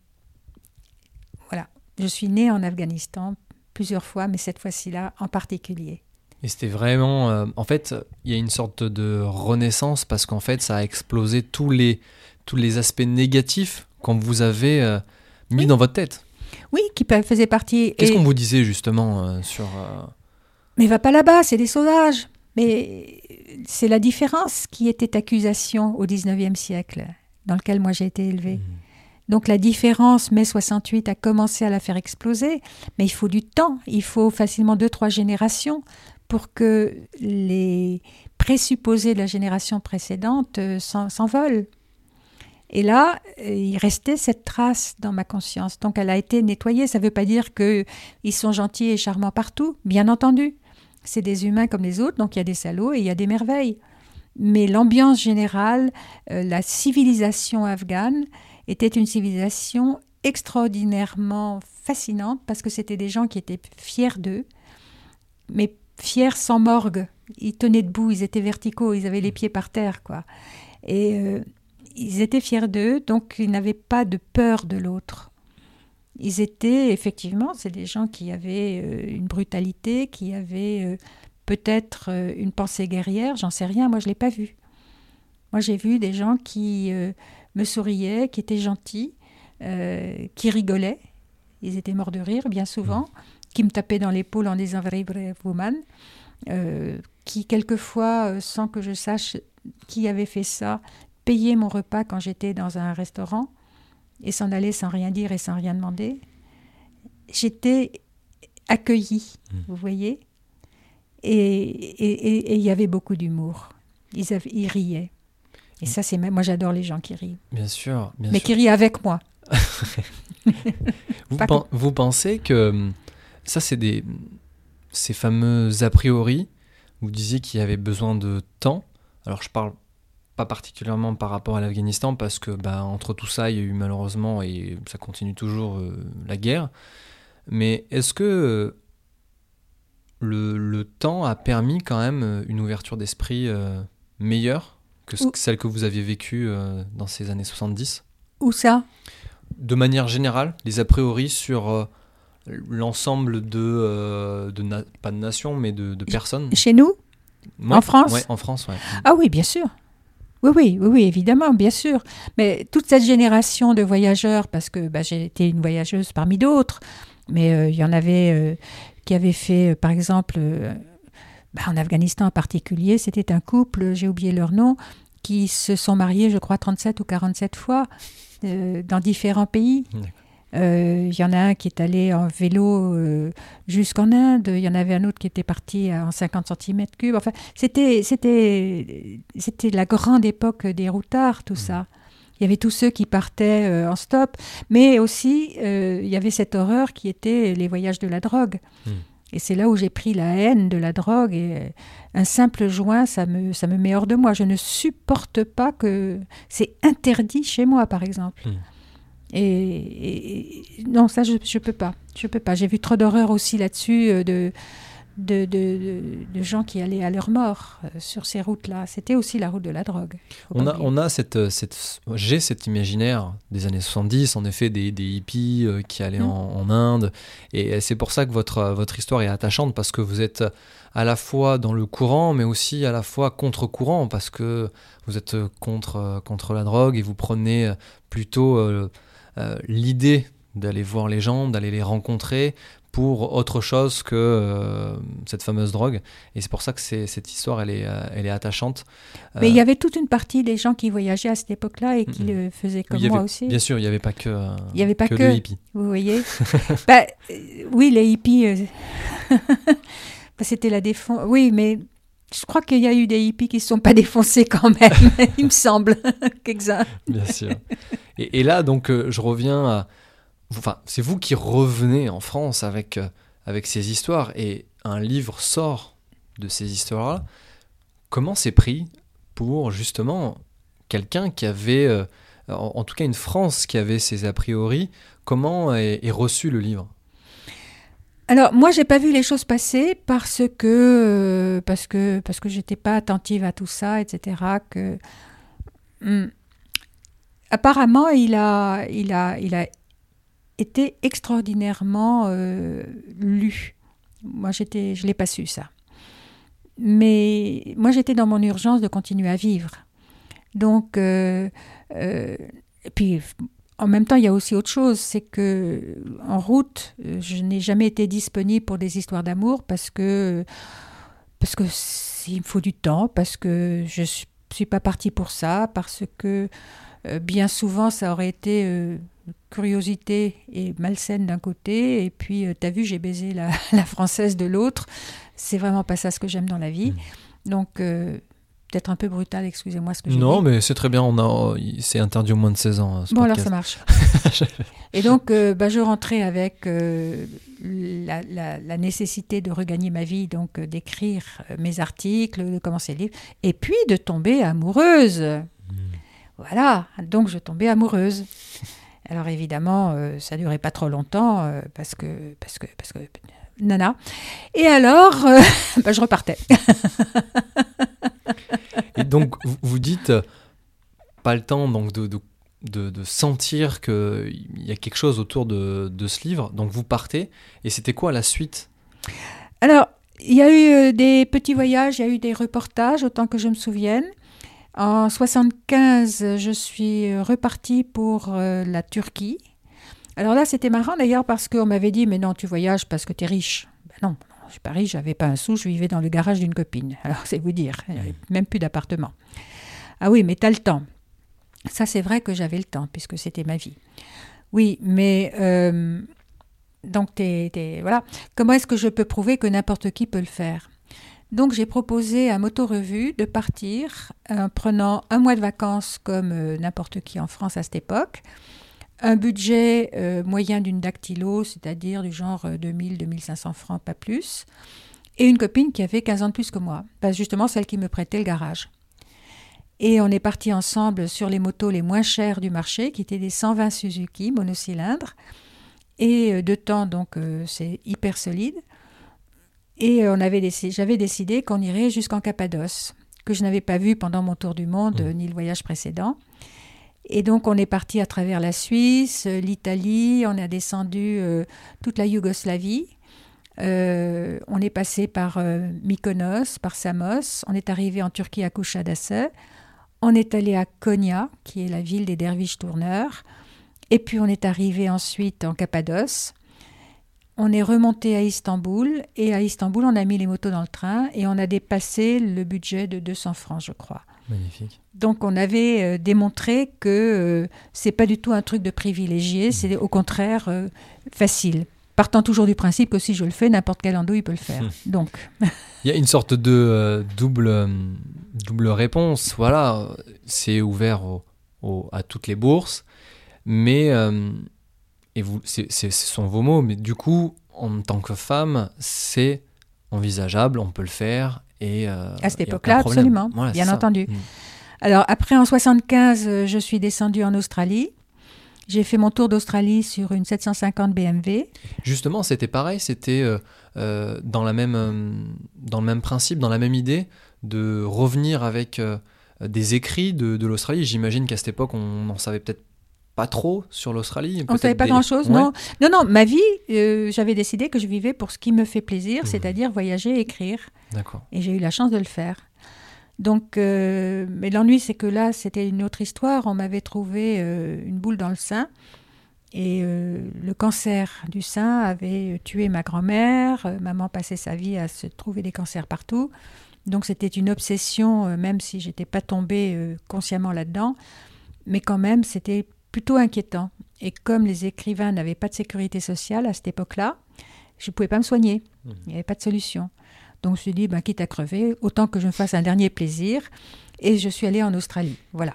Voilà, je suis née en Afghanistan plusieurs fois, mais cette fois-ci-là en particulier. Et c'était vraiment... en fait, il y a une sorte de renaissance parce qu'en fait, ça a explosé tous les aspects négatifs qu'on vous avez mis dans votre tête. Oui, qui faisait partie... Qu'est-ce qu'on vous disait justement sur... Mais va pas là-bas, c'est des sauvages. Mais c'est la différence qui était accusation au 19e siècle, dans lequel moi j'ai été élevée. Donc la différence, mai 68 a commencé à la faire exploser, mais il faut du temps, il faut facilement 2-3 générations pour que les présupposés de la génération précédente s'envolent. Et là, il restait cette trace dans ma conscience. Donc elle a été nettoyée. Ça ne veut pas dire qu'ils sont gentils et charmants partout, bien entendu. C'est des humains comme les autres, donc il y a des salauds et il y a des merveilles. Mais l'ambiance générale, la civilisation afghane était une civilisation extraordinairement fascinante parce que c'était des gens qui étaient fiers d'eux, mais fiers sans morgue. Ils tenaient debout, ils étaient verticaux, ils avaient les pieds par terre, quoi. Et ils étaient fiers d'eux, donc ils n'avaient pas de peur de l'autre. Ils étaient, effectivement, c'est des gens qui avaient une brutalité, qui avaient peut-être une pensée guerrière, j'en sais rien, moi je ne l'ai pas vu. Moi j'ai vu des gens qui me souriaient, qui étaient gentils, qui rigolaient, ils étaient morts de rire bien souvent, qui me tapaient dans l'épaule en disant « Very brave woman », qui quelquefois, sans que je sache qui avait fait ça, payaient mon repas quand j'étais dans un restaurant, et s'en allaient sans rien dire et sans rien demander. J'étais accueillie, vous voyez, et il y avait beaucoup d'humour. Ils riaient. Et ça, c'est moi, j'adore les gens qui rient. Bien sûr. Mais qui rient avec moi. Vous pensez que ça, c'est ces fameux a priori, vous disiez qu'il y avait besoin de temps. Alors, je parle pas particulièrement par rapport à l'Afghanistan parce que entre tout ça, il y a eu malheureusement, et ça continue toujours, la guerre. Mais est-ce que le temps a permis quand même une ouverture d'esprit meilleure que celle que vous aviez vécue dans ces années 70 ? Où ça ? De manière générale, les a priori sur l'ensemble pas de nations, mais de personnes. Chez nous ? Ouais, en France ? Ouais, en France, ouais. Ah oui, bien sûr. Oui, évidemment, bien sûr. Mais toute cette génération de voyageurs, parce que j'ai été une voyageuse parmi d'autres, mais il y en avait qui avaient fait, par exemple, en Afghanistan en particulier, c'était un couple, j'ai oublié leur nom, qui se sont mariés, je crois, 37 ou 47 fois dans différents pays. Il y en a un qui est allé en vélo jusqu'en Inde, il y en avait un autre qui était parti en 50 cm3. Enfin, c'était la grande époque des routards, tout ça. Il y avait tous ceux qui partaient en stop, mais aussi il y avait cette horreur qui était les voyages de la drogue. Et c'est là où j'ai pris la haine de la drogue, et un simple joint, ça me met hors de moi. Je ne supporte pas que... C'est interdit chez moi, par exemple. Et non, ça je peux pas. J'ai vu trop d'horreur aussi là-dessus de gens qui allaient à leur mort sur ces routes-là. C'était aussi la route de la drogue. J'ai cet imaginaire des années 70, en effet, des hippies qui allaient en Inde. Et c'est pour ça que votre histoire est attachante, parce que vous êtes à la fois dans le courant, mais aussi à la fois contre-courant, parce que vous êtes contre la drogue et vous prenez plutôt l'idée d'aller voir les gens, d'aller les rencontrer pour autre chose que cette fameuse drogue. Et c'est pour ça que cette histoire, elle est attachante. Mais il y avait toute une partie des gens qui voyageaient à cette époque-là et qui le faisaient comme moi aussi. Bien sûr, il n'y avait pas que les hippies. Vous voyez. Oui, les hippies, c'était la défense. Oui, mais je crois qu'il y a eu des hippies qui ne se sont pas défoncés quand même, il me semble. Bien sûr. Et là, donc, je reviens à... Enfin, c'est vous qui revenez en France avec ces histoires, et un livre sort de ces histoires-là. Comment c'est pris pour, justement, quelqu'un qui avait, en tout cas une France qui avait ses a priori, comment est reçu le livre ? Alors, moi, j'ai pas vu les choses passer parce que j'étais pas attentive à tout ça, etc. Apparemment, il a été extraordinairement lu. Moi, je l'ai pas su, ça. Mais moi, j'étais dans mon urgence de continuer à vivre. Donc, et puis, en même temps, il y a aussi autre chose, c'est que en route, je n'ai jamais été disponible pour des histoires d'amour parce que il me faut du temps, parce que je suis pas partie pour ça, parce que bien souvent, ça aurait été curiosité et malsaine d'un côté, et puis t'as vu, j'ai baisé la française de l'autre. C'est vraiment pas ça ce que j'aime dans la vie. Donc peut-être un peu brutal, excusez-moi ce que j'ai dit. Non, mais c'est très bien, c'est interdit au moins de 16 ans. Bon, podcast. Alors ça marche. Et donc, je rentrais avec la nécessité de regagner ma vie, donc d'écrire mes articles, de commencer le livre, et puis de tomber amoureuse. Voilà, donc je tombais amoureuse. Alors évidemment, ça ne durait pas trop longtemps, parce que nana. Et alors, je repartais. Et donc, vous dites, pas le temps donc de sentir qu'il y a quelque chose autour de ce livre. Donc, vous partez. Et c'était quoi la suite ? Alors, il y a eu des petits voyages, il y a eu des reportages, autant que je me souvienne. En 1975, je suis repartie pour la Turquie. Alors là, c'était marrant d'ailleurs parce qu'on m'avait dit « Mais non, tu voyages parce que tu es riche. » Ben non, je ne suis pas riche, je n'avais pas un sou, je vivais dans le garage d'une copine. Alors, c'est vous dire, il n'y avait même plus d'appartement. Ah oui, mais tu as le temps. Ça, c'est vrai que j'avais le temps, puisque c'était ma vie. Oui, mais donc, voilà. Comment est-ce que je peux prouver que n'importe qui peut le faire ? Donc, j'ai proposé à Motorevue de partir en prenant un mois de vacances comme n'importe qui en France à cette époque, un budget moyen d'une dactylo, c'est-à-dire du genre 2000-2500 francs, pas plus, et une copine qui avait 15 ans de plus que moi, justement celle qui me prêtait le garage. Et on est partis ensemble sur les motos les moins chères du marché, qui étaient des 120 Suzuki monocylindres, et de temps, donc c'est hyper solide. Et j'avais décidé qu'on irait jusqu'en Cappadoce, que je n'avais pas vu pendant mon tour du monde, ni le voyage précédent. Et donc, on est parti à travers la Suisse, l'Italie, on a descendu toute la Yougoslavie. On est passé par Mykonos, par Samos. On est arrivé en Turquie à Kuşadası. On est allé à Konya, qui est la ville des derviches tourneurs. Et puis, on est arrivé ensuite en Cappadoce. On est remonté à Istanbul. Et à Istanbul, on a mis les motos dans le train et on a dépassé le budget de 200 francs, je crois. Magnifique. Donc, on avait démontré que c'est pas du tout un truc de privilégié, c'est au contraire facile. Partant toujours du principe que si je le fais, n'importe quel andouille peut le faire. Donc, il y a une sorte de double réponse. Voilà, c'est ouvert à toutes les bourses, mais et ce sont vos mots. Mais du coup, en tant que femme, c'est envisageable, on peut le faire. Et, à cette époque-là, absolument, voilà, bien entendu. Alors après, en 1975, je suis descendue en Australie. J'ai fait mon tour d'Australie sur une 750 BMW. Justement, c'était pareil, c'était dans le même principe, dans la même idée de revenir avec des écrits de l'Australie. J'imagine qu'à cette époque, on n'en savait peut-être pas trop sur l'Australie. On ne savait pas grand-chose, ouais. Non, ma vie, j'avais décidé que je vivais pour ce qui me fait plaisir, c'est-à-dire voyager et écrire. D'accord. Et j'ai eu la chance de le faire. Donc, mais l'ennui, c'est que là, c'était une autre histoire. On m'avait trouvé une boule dans le sein. Et le cancer du sein avait tué ma grand-mère. Maman passait sa vie à se trouver des cancers partout. Donc, c'était une obsession, même si je n'étais pas tombée consciemment là-dedans. Mais quand même, c'était plutôt inquiétant. Et comme les écrivains n'avaient pas de sécurité sociale à cette époque-là, je ne pouvais pas me soigner. Il n'y avait pas de solution. Donc, je me suis dit, quitte à crever, autant que je me fasse un dernier plaisir. Et je suis allée en Australie. Voilà.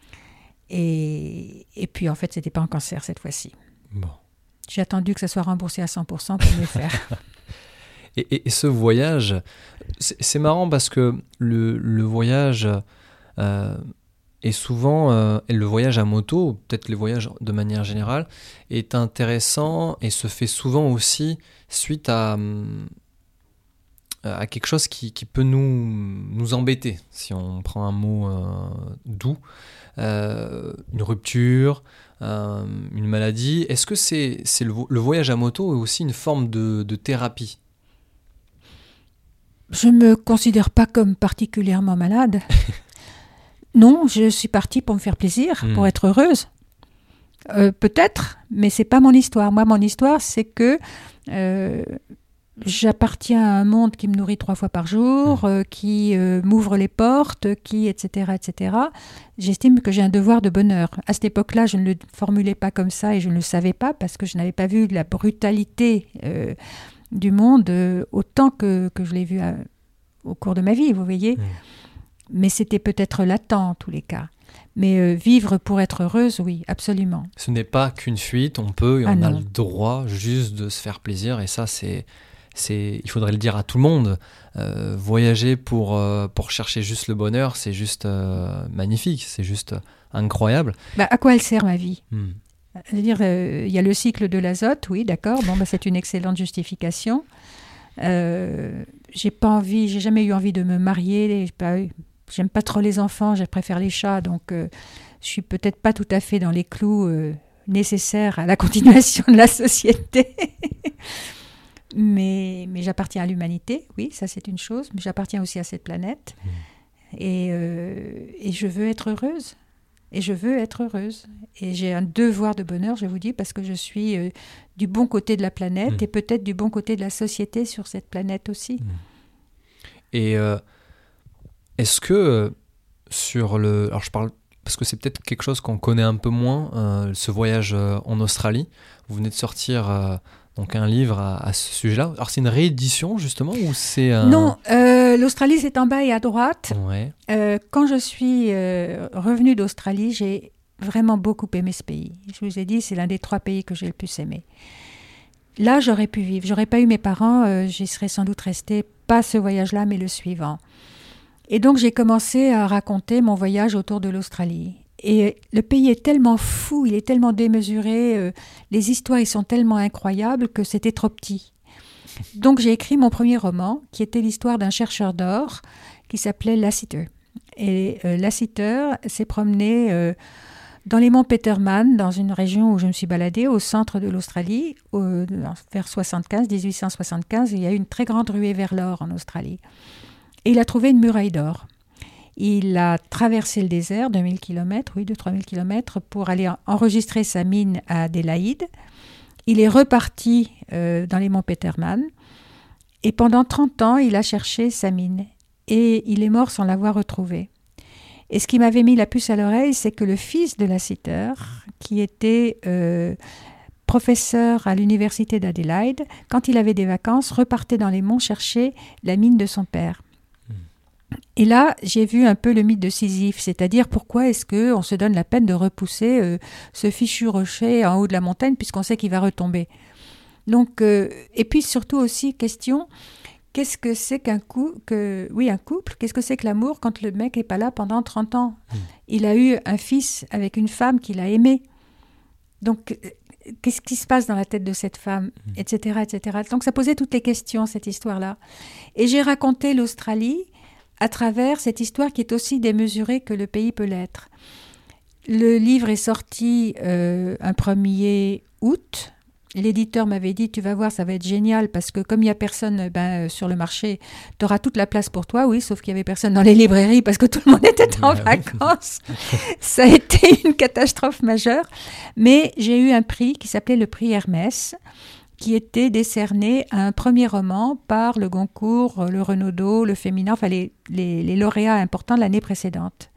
Et puis, en fait, ce n'était pas un cancer cette fois-ci. Bon. J'ai attendu que ça soit remboursé à 100% pour me le faire. Et ce voyage, c'est marrant parce que le voyage est souvent, et le voyage à moto, peut-être les voyages de manière générale, est intéressant et se fait souvent aussi suite à quelque chose qui peut nous embêter, si on prend un mot doux, une rupture, une maladie. Est-ce que c'est le voyage à moto est aussi une forme de thérapie ? Je ne me considère pas comme particulièrement malade. Non, je suis partie pour me faire plaisir, pour être heureuse. Peut-être, mais c'est pas mon histoire. Moi, mon histoire, c'est que j'appartiens à un monde qui me nourrit 3 fois par jour, qui m'ouvre les portes, etc., etc. J'estime que j'ai un devoir de bonheur. À cette époque-là, je ne le formulais pas comme ça et je ne le savais pas parce que je n'avais pas vu la brutalité du monde autant que je l'ai vu au cours de ma vie, vous voyez. Mais c'était peut-être latent en tous les cas. Mais vivre pour être heureuse, oui, absolument. Ce n'est pas qu'une fuite, on peut et on a non. le droit juste de se faire plaisir. Et ça, il faudrait le dire à tout le monde. Voyager pour chercher juste le bonheur, c'est juste magnifique, c'est juste incroyable. À quoi elle sert ma vie ? C'est-à-dire, il y a le cycle de l'azote, oui, d'accord, c'est une excellente justification. J'ai jamais eu envie de me marier, j'aime pas trop les enfants, je préfère les chats, donc je suis peut-être pas tout à fait dans les clous nécessaires à la continuation de la société. mais j'appartiens à l'humanité, oui, ça c'est une chose, mais j'appartiens aussi à cette planète. Et je veux être heureuse. Et je veux être heureuse. Et j'ai un devoir de bonheur, je vous dis, parce que je suis du bon côté de la planète et peut-être du bon côté de la société sur cette planète aussi. Et est-ce que alors je parle parce que c'est peut-être quelque chose qu'on connaît un peu moins, ce voyage en Australie. Vous venez de sortir donc un livre à ce sujet-là. Alors c'est une réédition justement ou c'est un... Non, l'Australie c'est en bas et à droite. Ouais. Quand je suis revenue d'Australie, j'ai vraiment beaucoup aimé ce pays. Je vous ai dit, c'est l'un des 3 pays que j'ai le plus aimé. Là, j'aurais pu vivre. J'aurais pas eu mes parents, j'y serais sans doute restée, pas ce voyage-là, mais le suivant. Et donc, j'ai commencé à raconter mon voyage autour de l'Australie. Et le pays est tellement fou, il est tellement démesuré, les histoires ils sont tellement incroyables que c'était trop petit. Donc, j'ai écrit mon premier roman, qui était l'histoire d'un chercheur d'or qui s'appelait Lassiter. Et Lassiter s'est promené dans les monts Petermann, dans une région où je me suis baladée, au centre de l'Australie, vers 1875, il y a eu une très grande ruée vers l'or en Australie. Et il a trouvé une muraille d'or. Il a traversé le désert, 2000 km, 3000 km, pour aller enregistrer sa mine à Adélaïde. Il est reparti dans les monts Petermann. Et pendant 30 ans, il a cherché sa mine. Et il est mort sans l'avoir retrouvée. Et ce qui m'avait mis la puce à l'oreille, c'est que le fils de Lassiter, qui était professeur à l'université d'Adélaïde, quand il avait des vacances, repartait dans les monts chercher la mine de son père. Et là, j'ai vu un peu le mythe de Sisyphe, c'est-à-dire pourquoi est-ce qu'on se donne la peine de repousser ce fichu rocher en haut de la montagne puisqu'on sait qu'il va retomber. Donc, et puis surtout aussi, question, qu'est-ce que c'est un couple, qu'est-ce que c'est que l'amour quand le mec n'est pas là pendant 30 ans ? Il a eu un fils avec une femme qu'il a aimée. Donc, qu'est-ce qui se passe dans la tête de cette femme, etc., etc. Donc, ça posait toutes les questions, cette histoire-là. Et j'ai raconté l'Australie à travers cette histoire qui est aussi démesurée que le pays peut l'être. Le livre est sorti un 1er août. L'éditeur m'avait dit, tu vas voir, ça va être génial, parce que comme il n'y a personne sur le marché, tu auras toute la place pour toi, oui, sauf qu'il n'y avait personne dans les librairies, parce que tout le monde était en vacances. Ça a été une catastrophe majeure. Mais j'ai eu un prix qui s'appelait le prix Hermès, qui était décerné à un premier roman par le Goncourt, le Renaudot, le Féminin, enfin les lauréats importants de l'année précédente.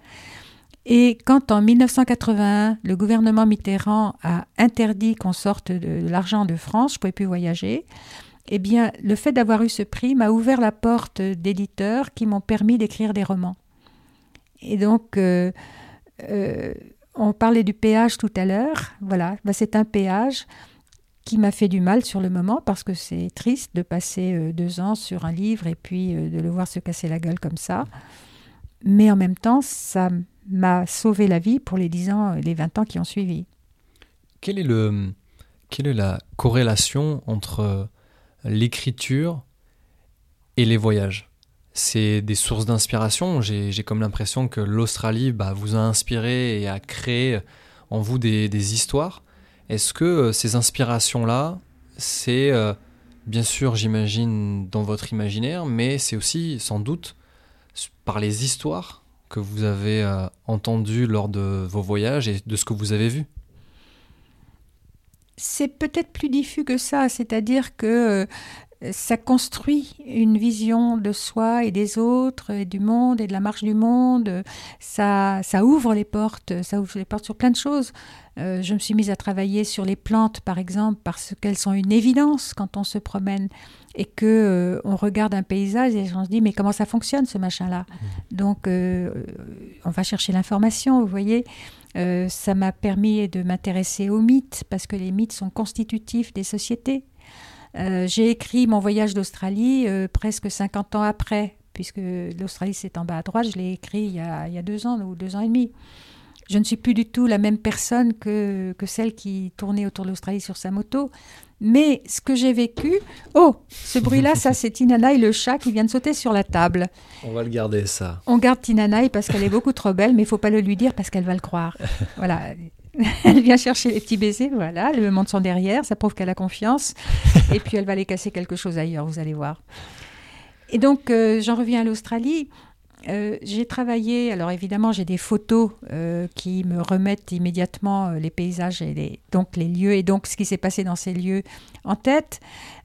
Et quand en 1981, le gouvernement Mitterrand a interdit qu'on sorte de l'argent de France, je ne pouvais plus voyager, eh bien, le fait d'avoir eu ce prix m'a ouvert la porte d'éditeurs qui m'ont permis d'écrire des romans. Et donc, on parlait du péage tout à l'heure, voilà, c'est un péage qui m'a fait du mal sur le moment parce que c'est triste de passer 2 ans sur un livre et puis de le voir se casser la gueule comme ça. Mais en même temps, ça m'a sauvé la vie pour les 10 ans, les 20 ans qui ont suivi. Quelle est la corrélation entre l'écriture et les voyages ? C'est des sources d'inspiration. J'ai comme l'impression que l'Australie vous a inspiré et a créé en vous des histoires. Est-ce que ces inspirations-là, c'est bien sûr, j'imagine, dans votre imaginaire, mais c'est aussi, sans doute, par les histoires que vous avez entendues lors de vos voyages et de ce que vous avez vu. C'est peut-être plus diffus que ça, c'est-à-dire que ça construit une vision de soi et des autres, et du monde et de la marche du monde. Ça ouvre les portes, sur plein de choses. Je me suis mise à travailler sur les plantes, par exemple, parce qu'elles sont une évidence quand on se promène et que on regarde un paysage et on se dit mais comment ça fonctionne ce machin-là. Donc on va chercher l'information, vous voyez. Ça m'a permis de m'intéresser aux mythes parce que les mythes sont constitutifs des sociétés. J'ai écrit mon voyage d'Australie presque 50 ans après, puisque l'Australie c'est en bas à droite, je l'ai écrit il y a 2 ans ou 2 ans et demi. Je ne suis plus du tout la même personne que celle qui tournait autour de l'Australie sur sa moto. Mais ce que j'ai vécu... Oh, ce bruit-là, ça c'est Tinanaï, le chat qui vient de sauter sur la table. On va le garder, ça. On garde Tinanaï parce qu'elle est beaucoup trop belle, mais il ne faut pas le lui dire parce qu'elle va le croire. Voilà. Elle vient chercher les petits baisers, voilà. Elle me montre son derrière, ça prouve qu'elle a confiance. Et puis elle va aller casser quelque chose ailleurs, vous allez voir. Et donc, j'en reviens à l'Australie. J'ai travaillé, alors évidemment j'ai des photos qui me remettent immédiatement les paysages et donc les lieux et donc ce qui s'est passé dans ces lieux en tête.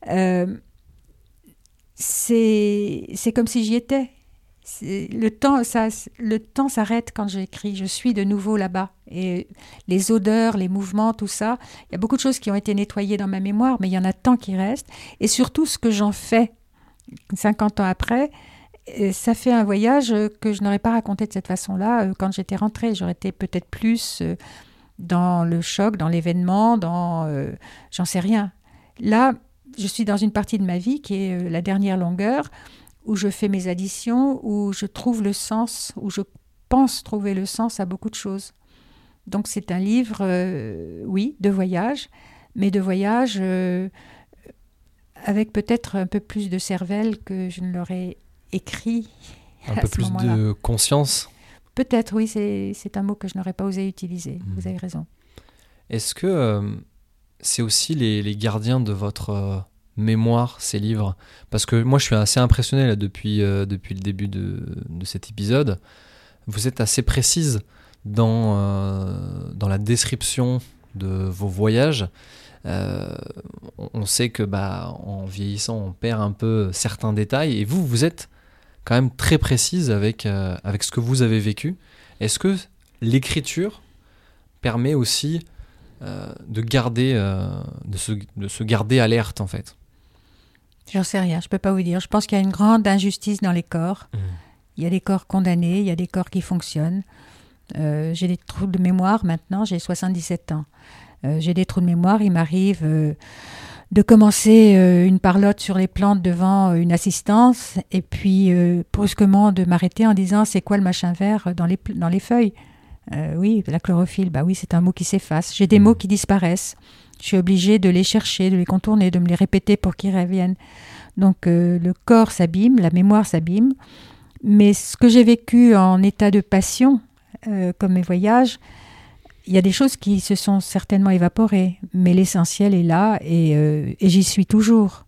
C'est comme si j'y étais. Le temps s'arrête quand j'écris, je suis de nouveau là-bas. Et les odeurs, les mouvements, tout ça, il y a beaucoup de choses qui ont été nettoyées dans ma mémoire, mais il y en a tant qui restent. Et surtout ce que j'en fais 50 ans après, ça fait un voyage que je n'aurais pas raconté de cette façon-là quand j'étais rentrée. J'aurais été peut-être plus dans le choc, dans l'événement, j'en sais rien. Là, je suis dans une partie de ma vie qui est la dernière longueur, où je fais mes additions, où je trouve le sens, où je pense trouver le sens à beaucoup de choses. Donc c'est un livre, oui, de voyage, mais de voyage avec peut-être un peu plus de cervelle que je ne l'aurais écrit un peu plus de conscience. Peut-être, oui, c'est un mot que je n'aurais pas osé utiliser. Vous avez raison. Est-ce que c'est aussi les gardiens de votre mémoire, ces livres? Parce que moi, je suis assez impressionné là, depuis le début de cet épisode. Vous êtes assez précise dans la description de vos voyages. On sait que en vieillissant, on perd un peu certains détails. Et vous êtes quand même très précise avec ce que vous avez vécu. Est-ce que l'écriture permet aussi de se garder alerte, en fait? J'en sais rien, je ne peux pas vous dire. Je pense qu'il y a une grande injustice dans les corps. Il y a des corps condamnés, il y a des corps qui fonctionnent. J'ai des trous de mémoire maintenant, j'ai 77 ans. J'ai des trous de mémoire, il m'arrive de commencer une parlotte sur les plantes devant une assistance et puis brusquement de m'arrêter en disant c'est quoi le machin vert dans les feuilles. Oui, la chlorophylle, oui, c'est un mot qui s'efface. J'ai des mots qui disparaissent. Je suis obligée de les chercher, de les contourner, de me les répéter pour qu'ils reviennent. Donc le corps s'abîme, la mémoire s'abîme. Mais ce que j'ai vécu en état de passion, comme mes voyages, il y a des choses qui se sont certainement évaporées, mais l'essentiel est là et j'y suis toujours.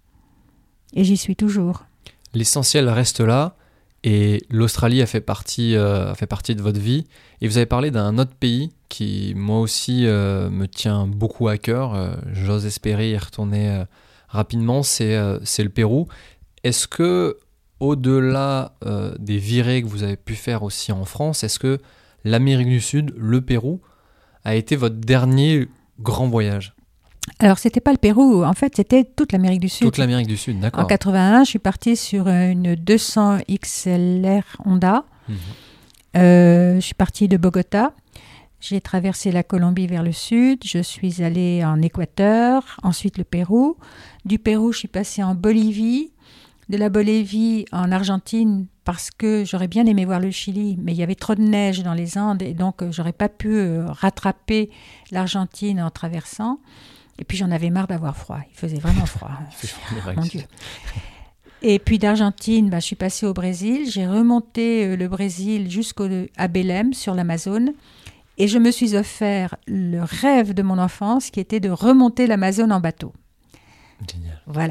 L'essentiel reste là et l'Australie a fait partie de votre vie. Et vous avez parlé d'un autre pays qui, moi aussi, me tient beaucoup à cœur. J'ose espérer y retourner rapidement, c'est le Pérou. Est-ce que, au-delà des virées que vous avez pu faire aussi en France, est-ce que l'Amérique du Sud, le Pérou, a été votre dernier grand voyage? Alors, c'était pas le Pérou, en fait, c'était toute l'Amérique du Sud. Toute l'Amérique du Sud, d'accord. En 81, je suis partie sur une 200 XLR Honda. Je suis partie de Bogota. J'ai traversé la Colombie vers le sud. Je suis allée en Équateur, ensuite le Pérou. Du Pérou, je suis passée en Bolivie. De la Bolivie en Argentine, parce que j'aurais bien aimé voir le Chili, mais il y avait trop de neige dans les Andes et donc j'aurais pas pu rattraper l'Argentine en traversant. Et puis j'en avais marre d'avoir froid. Il faisait vraiment froid. Mon Dieu. Et puis d'Argentine, je suis passée au Brésil. J'ai remonté le Brésil jusqu'à Belém, sur l'Amazone. Et je me suis offert le rêve de mon enfance, qui était de remonter l'Amazone en bateau. Génial. Voilà.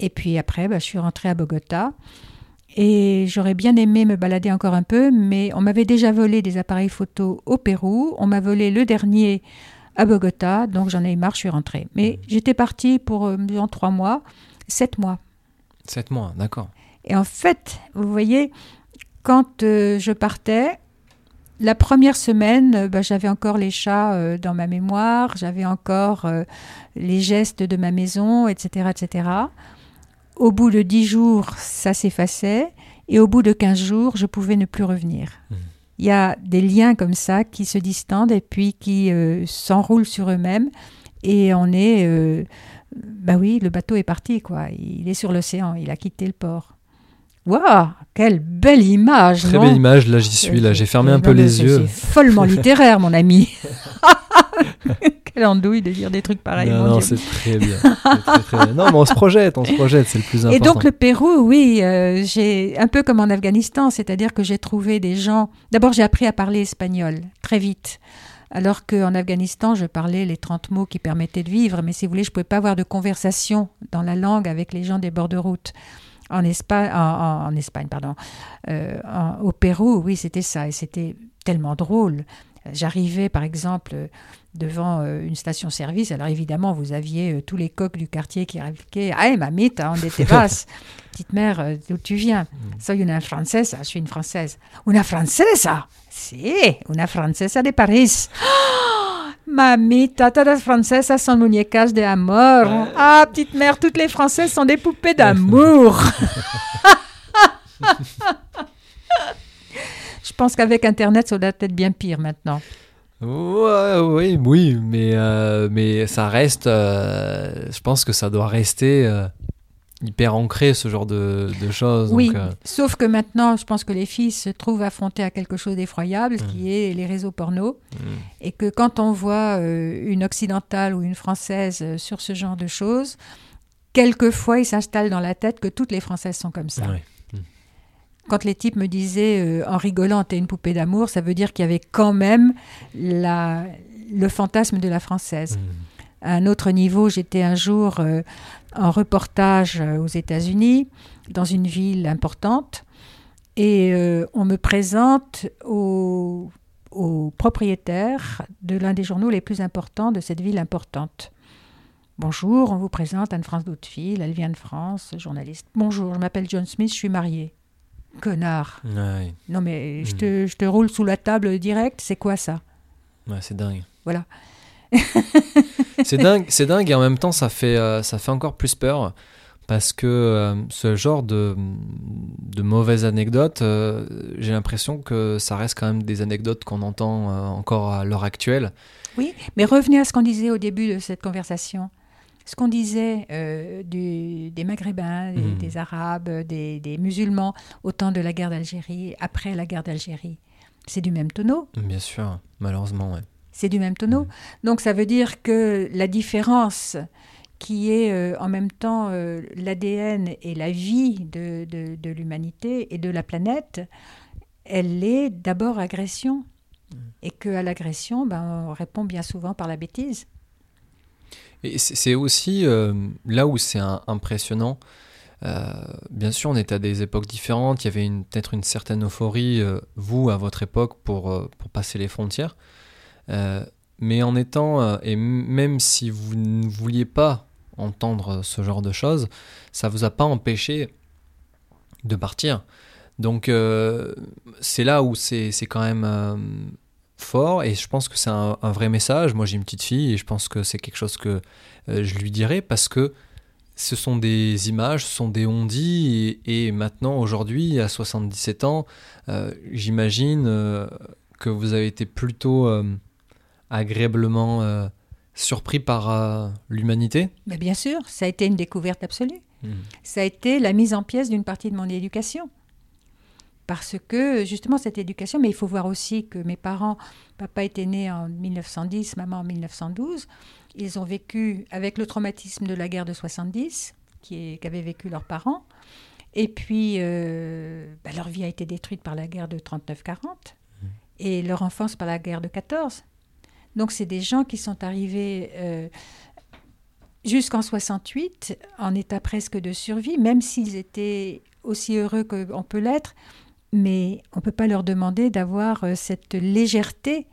Et puis après, je suis rentrée à Bogota. Et j'aurais bien aimé me balader encore un peu, mais on m'avait déjà volé des appareils photo au Pérou. On m'a volé le dernier à Bogota, donc j'en ai eu marre, je suis rentrée. Mais j'étais partie pour 3 mois, 7 mois. 7 mois, d'accord. Et en fait, vous voyez, quand je partais, la première semaine, j'avais encore les chats dans ma mémoire, j'avais encore les gestes de ma maison, etc., etc. Au bout de 10 jours, ça s'effaçait. Et au bout de 15 jours, je pouvais ne plus revenir. Il y a des liens comme ça qui se distendent et puis qui s'enroulent sur eux-mêmes. Et on est... oui, le bateau est parti, quoi. Il est sur l'océan, il a quitté le port. Waouh, quelle belle image, Très belle image, là j'y suis, là j'ai fermé un peu les yeux. C'est follement littéraire, mon ami. Quelle andouille de dire des trucs pareils. Non, c'est très bien. C'est très bien. Non, mais on se projette, c'est le plus important. Et donc le Pérou, oui, j'ai un peu comme en Afghanistan, c'est-à-dire que j'ai trouvé des gens... D'abord, j'ai appris à parler espagnol, très vite. Alors qu'en Afghanistan, je parlais les 30 mots qui permettaient de vivre, mais si vous voulez, je ne pouvais pas avoir de conversation dans la langue avec les gens des bords de route. En Espagne, pardon. Au Pérou, oui, c'était ça, et c'était tellement drôle. J'arrivais, par exemple, devant une station-service. Alors, évidemment, vous aviez tous les coqs du quartier qui répliquaient « Hey, mamita, on te vas? Petite mère, d'où tu viens? Soy una francesa, je suis une Française. Una francesa? Si, una francesa de Paris. Oh, mamita, todas las francesas son muñecas de amor. Ah, petite mère, toutes les Françaises sont des poupées d'amour. » Je pense qu'avec Internet, ça doit être bien pire maintenant. Oui, mais ça reste... je pense que ça doit rester hyper ancré, ce genre de choses. Oui, donc, sauf que maintenant, je pense que les filles se trouvent affrontées à quelque chose d'effroyable, qui est les réseaux porno. Et que quand on voit une occidentale ou une française sur ce genre de choses, quelquefois, il s'installe dans la tête que toutes les Françaises sont comme ça. Ouais. Quand les types me disaient en rigolant, t'es une poupée d'amour, ça veut dire qu'il y avait quand même le fantasme de la française. À un autre niveau, j'étais un jour en reportage aux États-Unis, dans une ville importante, et on me présente au propriétaire de l'un des journaux les plus importants de cette ville importante. Bonjour, on vous présente Anne-France d'Hautefille, elle vient de France, journaliste. Bonjour, je m'appelle John Smith, je suis mariée. Connard. Ouais. Non mais je te roule sous la table direct, c'est quoi ça? Ouais, c'est dingue. Voilà. c'est dingue et en même temps ça fait encore plus peur parce que ce genre de mauvaises anecdotes, j'ai l'impression que ça reste quand même des anecdotes qu'on entend encore à l'heure actuelle. Oui, mais revenez à ce qu'on disait au début de cette conversation. Ce qu'on disait des Maghrébins, des Arabes, des musulmans au temps de la guerre d'Algérie, après la guerre d'Algérie, c'est du même tonneau. Bien sûr, malheureusement, ouais. C'est du même tonneau. Donc ça veut dire que la différence qui est en même temps l'ADN et la vie de l'humanité et de la planète, elle est d'abord agression. Et qu'à l'agression, on répond bien souvent par la bêtise. Et c'est aussi là où c'est impressionnant. Bien sûr, on était à des époques différentes. Il y avait peut-être une certaine euphorie, vous, à votre époque, pour passer les frontières. Mais en étant... et même si vous ne vouliez pas entendre ce genre de choses, ça ne vous a pas empêché de partir. Donc, c'est là où c'est quand même... fort, et je pense que c'est un vrai message. Moi j'ai une petite fille et je pense que c'est quelque chose que je lui dirais, parce que ce sont des images, ce sont des on-dit, et maintenant aujourd'hui à 77 ans j'imagine que vous avez été plutôt agréablement surpris par l'humanité. Mais bien sûr, ça a été une découverte absolue. Ça a été la mise en pièce d'une partie de mon éducation. Parce que, justement, cette éducation, mais il faut voir aussi que mes parents, papa était né en 1910, maman en 1912, ils ont vécu avec le traumatisme de la guerre de 70, qu'avaient vécu leurs parents, et puis leur vie a été détruite par la guerre de 39-40, et leur enfance par la guerre de 14. Donc, c'est des gens qui sont arrivés jusqu'en 68, en état presque de survie, même s'ils étaient aussi heureux qu'on peut l'être, mais on ne peut pas leur demander d'avoir cette légèreté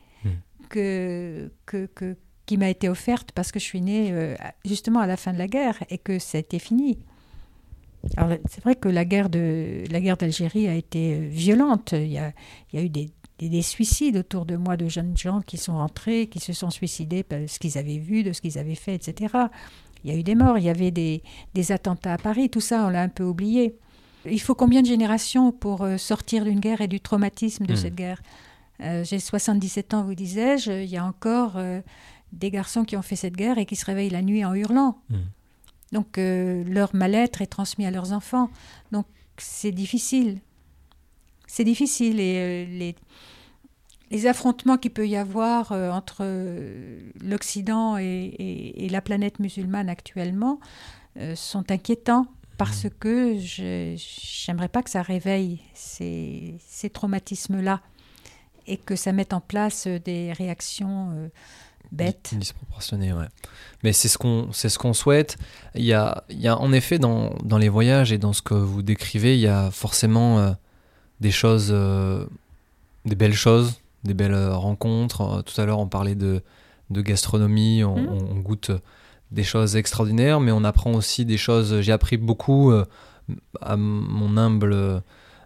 qui m'a été offerte parce que je suis née justement à la fin de la guerre et que ça a été fini. Alors, c'est vrai que la guerre d'Algérie a été violente. Il y a eu des suicides autour de moi, de jeunes gens qui sont rentrés, qui se sont suicidés de ce qu'ils avaient vu, de ce qu'ils avaient fait, etc. Il y a eu des morts, il y avait des attentats à Paris, tout ça, on l'a un peu oublié. Il faut combien de générations pour sortir d'une guerre et du traumatisme de cette guerre ? J'ai 77 ans, vous disais-je, il y a encore des garçons qui ont fait cette guerre et qui se réveillent la nuit en hurlant. Donc leur mal-être est transmis à leurs enfants. Donc c'est difficile. C'est difficile et les affrontements qu'il peut y avoir entre l'Occident et la planète musulmane actuellement sont inquiétants parce que j'aimerais pas que ça réveille ces traumatismes-là et que ça mette en place des réactions bêtes. Disproportionnées, ouais. Mais c'est ce qu'on souhaite. Il y a en effet dans les voyages et dans ce que vous décrivez, il y a forcément des choses, des belles choses, des belles rencontres. Tout à l'heure, on parlait de gastronomie, on goûte des choses extraordinaires, mais on apprend aussi des choses. J'ai appris beaucoup à mon humble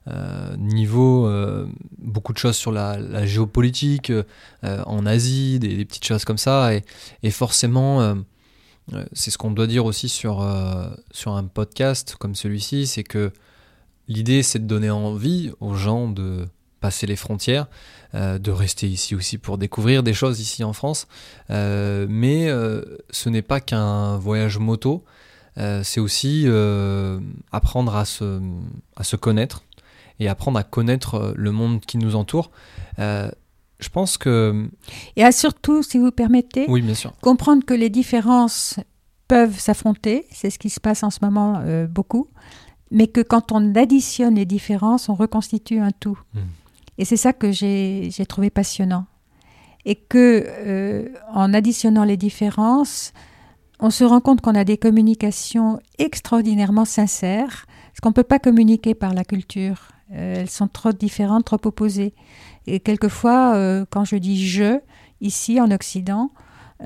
niveau, beaucoup de choses sur la géopolitique en Asie, des petites choses comme ça, et forcément c'est ce qu'on doit dire aussi sur un podcast comme celui-ci, c'est que l'idée c'est de donner envie aux gens de passer les frontières, de rester ici aussi pour découvrir des choses ici en France, mais ce n'est pas qu'un voyage moto, c'est aussi apprendre à se connaître et apprendre à connaître le monde qui nous entoure. Je pense que... Et à surtout, si vous permettez, oui, bien sûr, comprendre que les différences peuvent s'affronter, c'est ce qui se passe en ce moment beaucoup, mais que quand on additionne les différences, on reconstitue un tout. Et c'est ça que j'ai trouvé passionnant. Et que en additionnant les différences, on se rend compte qu'on a des communications extraordinairement sincères, parce qu'on ne peut pas communiquer par la culture. Elles sont trop différentes, trop opposées. Et quelquefois, quand je dis « je », ici en Occident, ça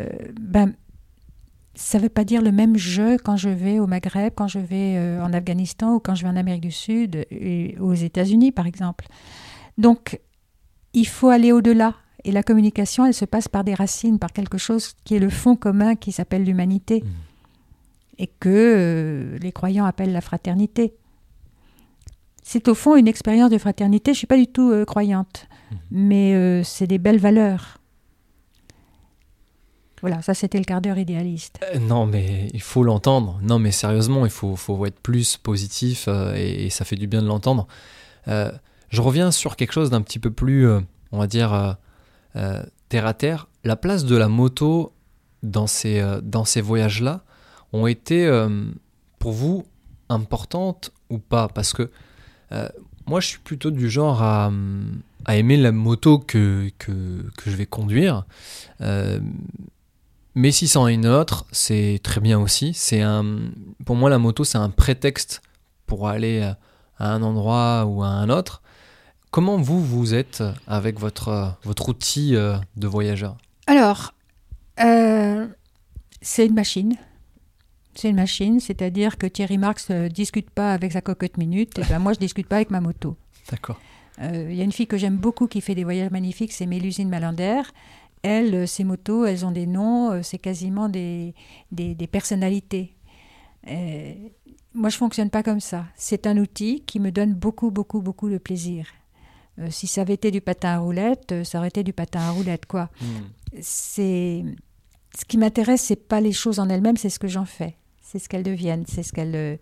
ne veut pas dire le même « je » quand je vais au Maghreb, quand je vais en Afghanistan ou quand je vais en Amérique du Sud, et aux États-Unis par exemple. Donc, il faut aller au-delà. Et la communication, elle se passe par des racines, par quelque chose qui est le fond commun qui s'appelle l'humanité et que les croyants appellent la fraternité. C'est au fond une expérience de fraternité. Je ne suis pas du tout croyante, mais c'est des belles valeurs. Voilà, ça c'était le quart d'heure idéaliste. Non, mais il faut l'entendre. Non, mais sérieusement, il faut être plus positif et ça fait du bien de l'entendre. Je reviens sur quelque chose d'un petit peu plus, on va dire, terre à terre. La place de la moto dans ces voyages-là ont été, pour vous, importantes ou pas ? Parce que moi, je suis plutôt du genre à aimer la moto que je vais conduire. Mais si c'en est une autre, c'est très bien aussi. Pour moi, la moto, c'est un prétexte pour aller à un endroit ou à un autre. Comment vous êtes avec votre outil de voyageur ? Alors, c'est une machine. C'est une machine, c'est-à-dire que Thierry Marx ne discute pas avec sa cocotte minute, et ben moi je ne discute pas avec ma moto. D'accord. Il y a une fille que j'aime beaucoup qui fait des voyages magnifiques, c'est Mélusine Malander. Elle, ses motos, elles ont des noms, c'est quasiment des personnalités. Moi je ne fonctionne pas comme ça. C'est un outil qui me donne beaucoup, beaucoup, beaucoup de plaisir. Si ça avait été du patin à roulettes, ça aurait été du patin à roulettes, quoi. Ce qui m'intéresse, c'est pas les choses en elles-mêmes, c'est ce que j'en fais. C'est ce qu'elles deviennent, c'est ce qu'elles...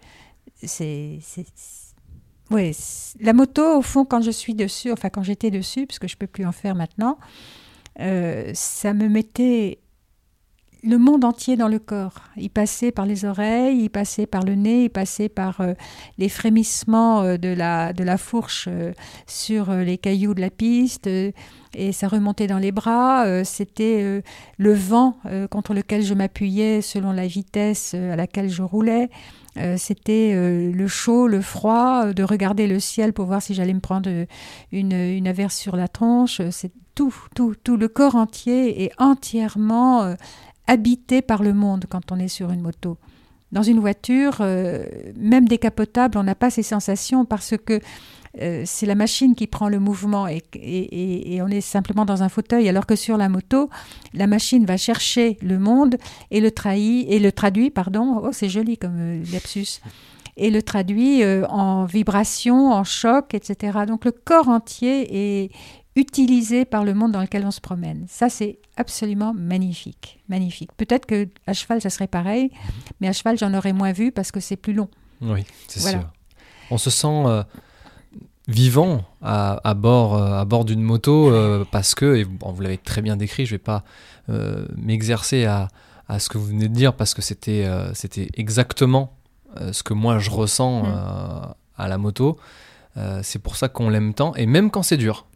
Oui, la moto, au fond, quand je suis dessus, enfin quand j'étais dessus, parce que je peux plus en faire maintenant, ça me mettait le monde entier dans le corps. Il passait par les oreilles, il passait par le nez, il passait par les frémissements de la fourche sur les cailloux de la piste, et ça remontait dans les bras. C'était le vent contre lequel je m'appuyais selon la vitesse à laquelle je roulais. C'était le chaud, le froid, de regarder le ciel pour voir si j'allais me prendre une averse sur la tronche. C'est tout. Le corps entier est entièrement habité par le monde quand on est sur une moto. Dans une voiture, même décapotable, on n'a pas ces sensations parce que c'est la machine qui prend le mouvement et on est simplement dans un fauteuil, alors que sur la moto, la machine va chercher le monde et le traduit, oh c'est joli comme lapsus, et le traduit en vibration, en choc, etc. Donc le corps entier est utilisé par le monde dans lequel on se promène. Ça, c'est absolument magnifique. Magnifique. Peut-être qu'à cheval, ça serait pareil, mais à cheval, j'en aurais moins vu parce que c'est plus long. Oui, c'est sûr. On se sent vivant à bord d'une moto parce que, et vous l'avez très bien décrit, je ne vais pas m'exercer à ce que vous venez de dire parce que c'était exactement ce que moi je ressens à la moto. C'est pour ça qu'on l'aime tant, et même quand c'est dur.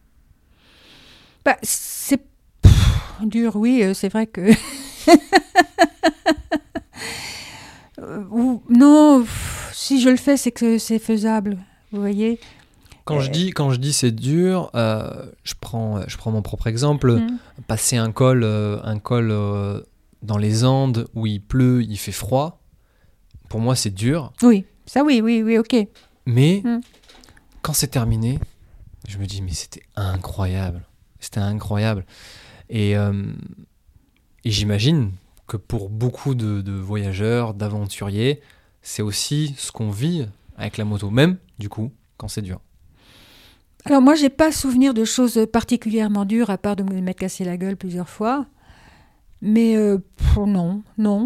C'est dur, oui, c'est vrai que... non, si je le fais, c'est que c'est faisable, vous voyez. Quand je dis c'est dur, je prends mon propre exemple. Passer un col dans les Andes où il pleut, il fait froid, pour moi c'est dur. Oui, ça oui, ok. Mais quand c'est terminé, je me dis mais c'était incroyable. Et j'imagine que pour beaucoup de voyageurs, d'aventuriers, c'est aussi ce qu'on vit avec la moto, même du coup quand c'est dur. Alors moi, j'ai pas souvenir de choses particulièrement dures, à part de me m'être cassé la gueule plusieurs fois. Mais non.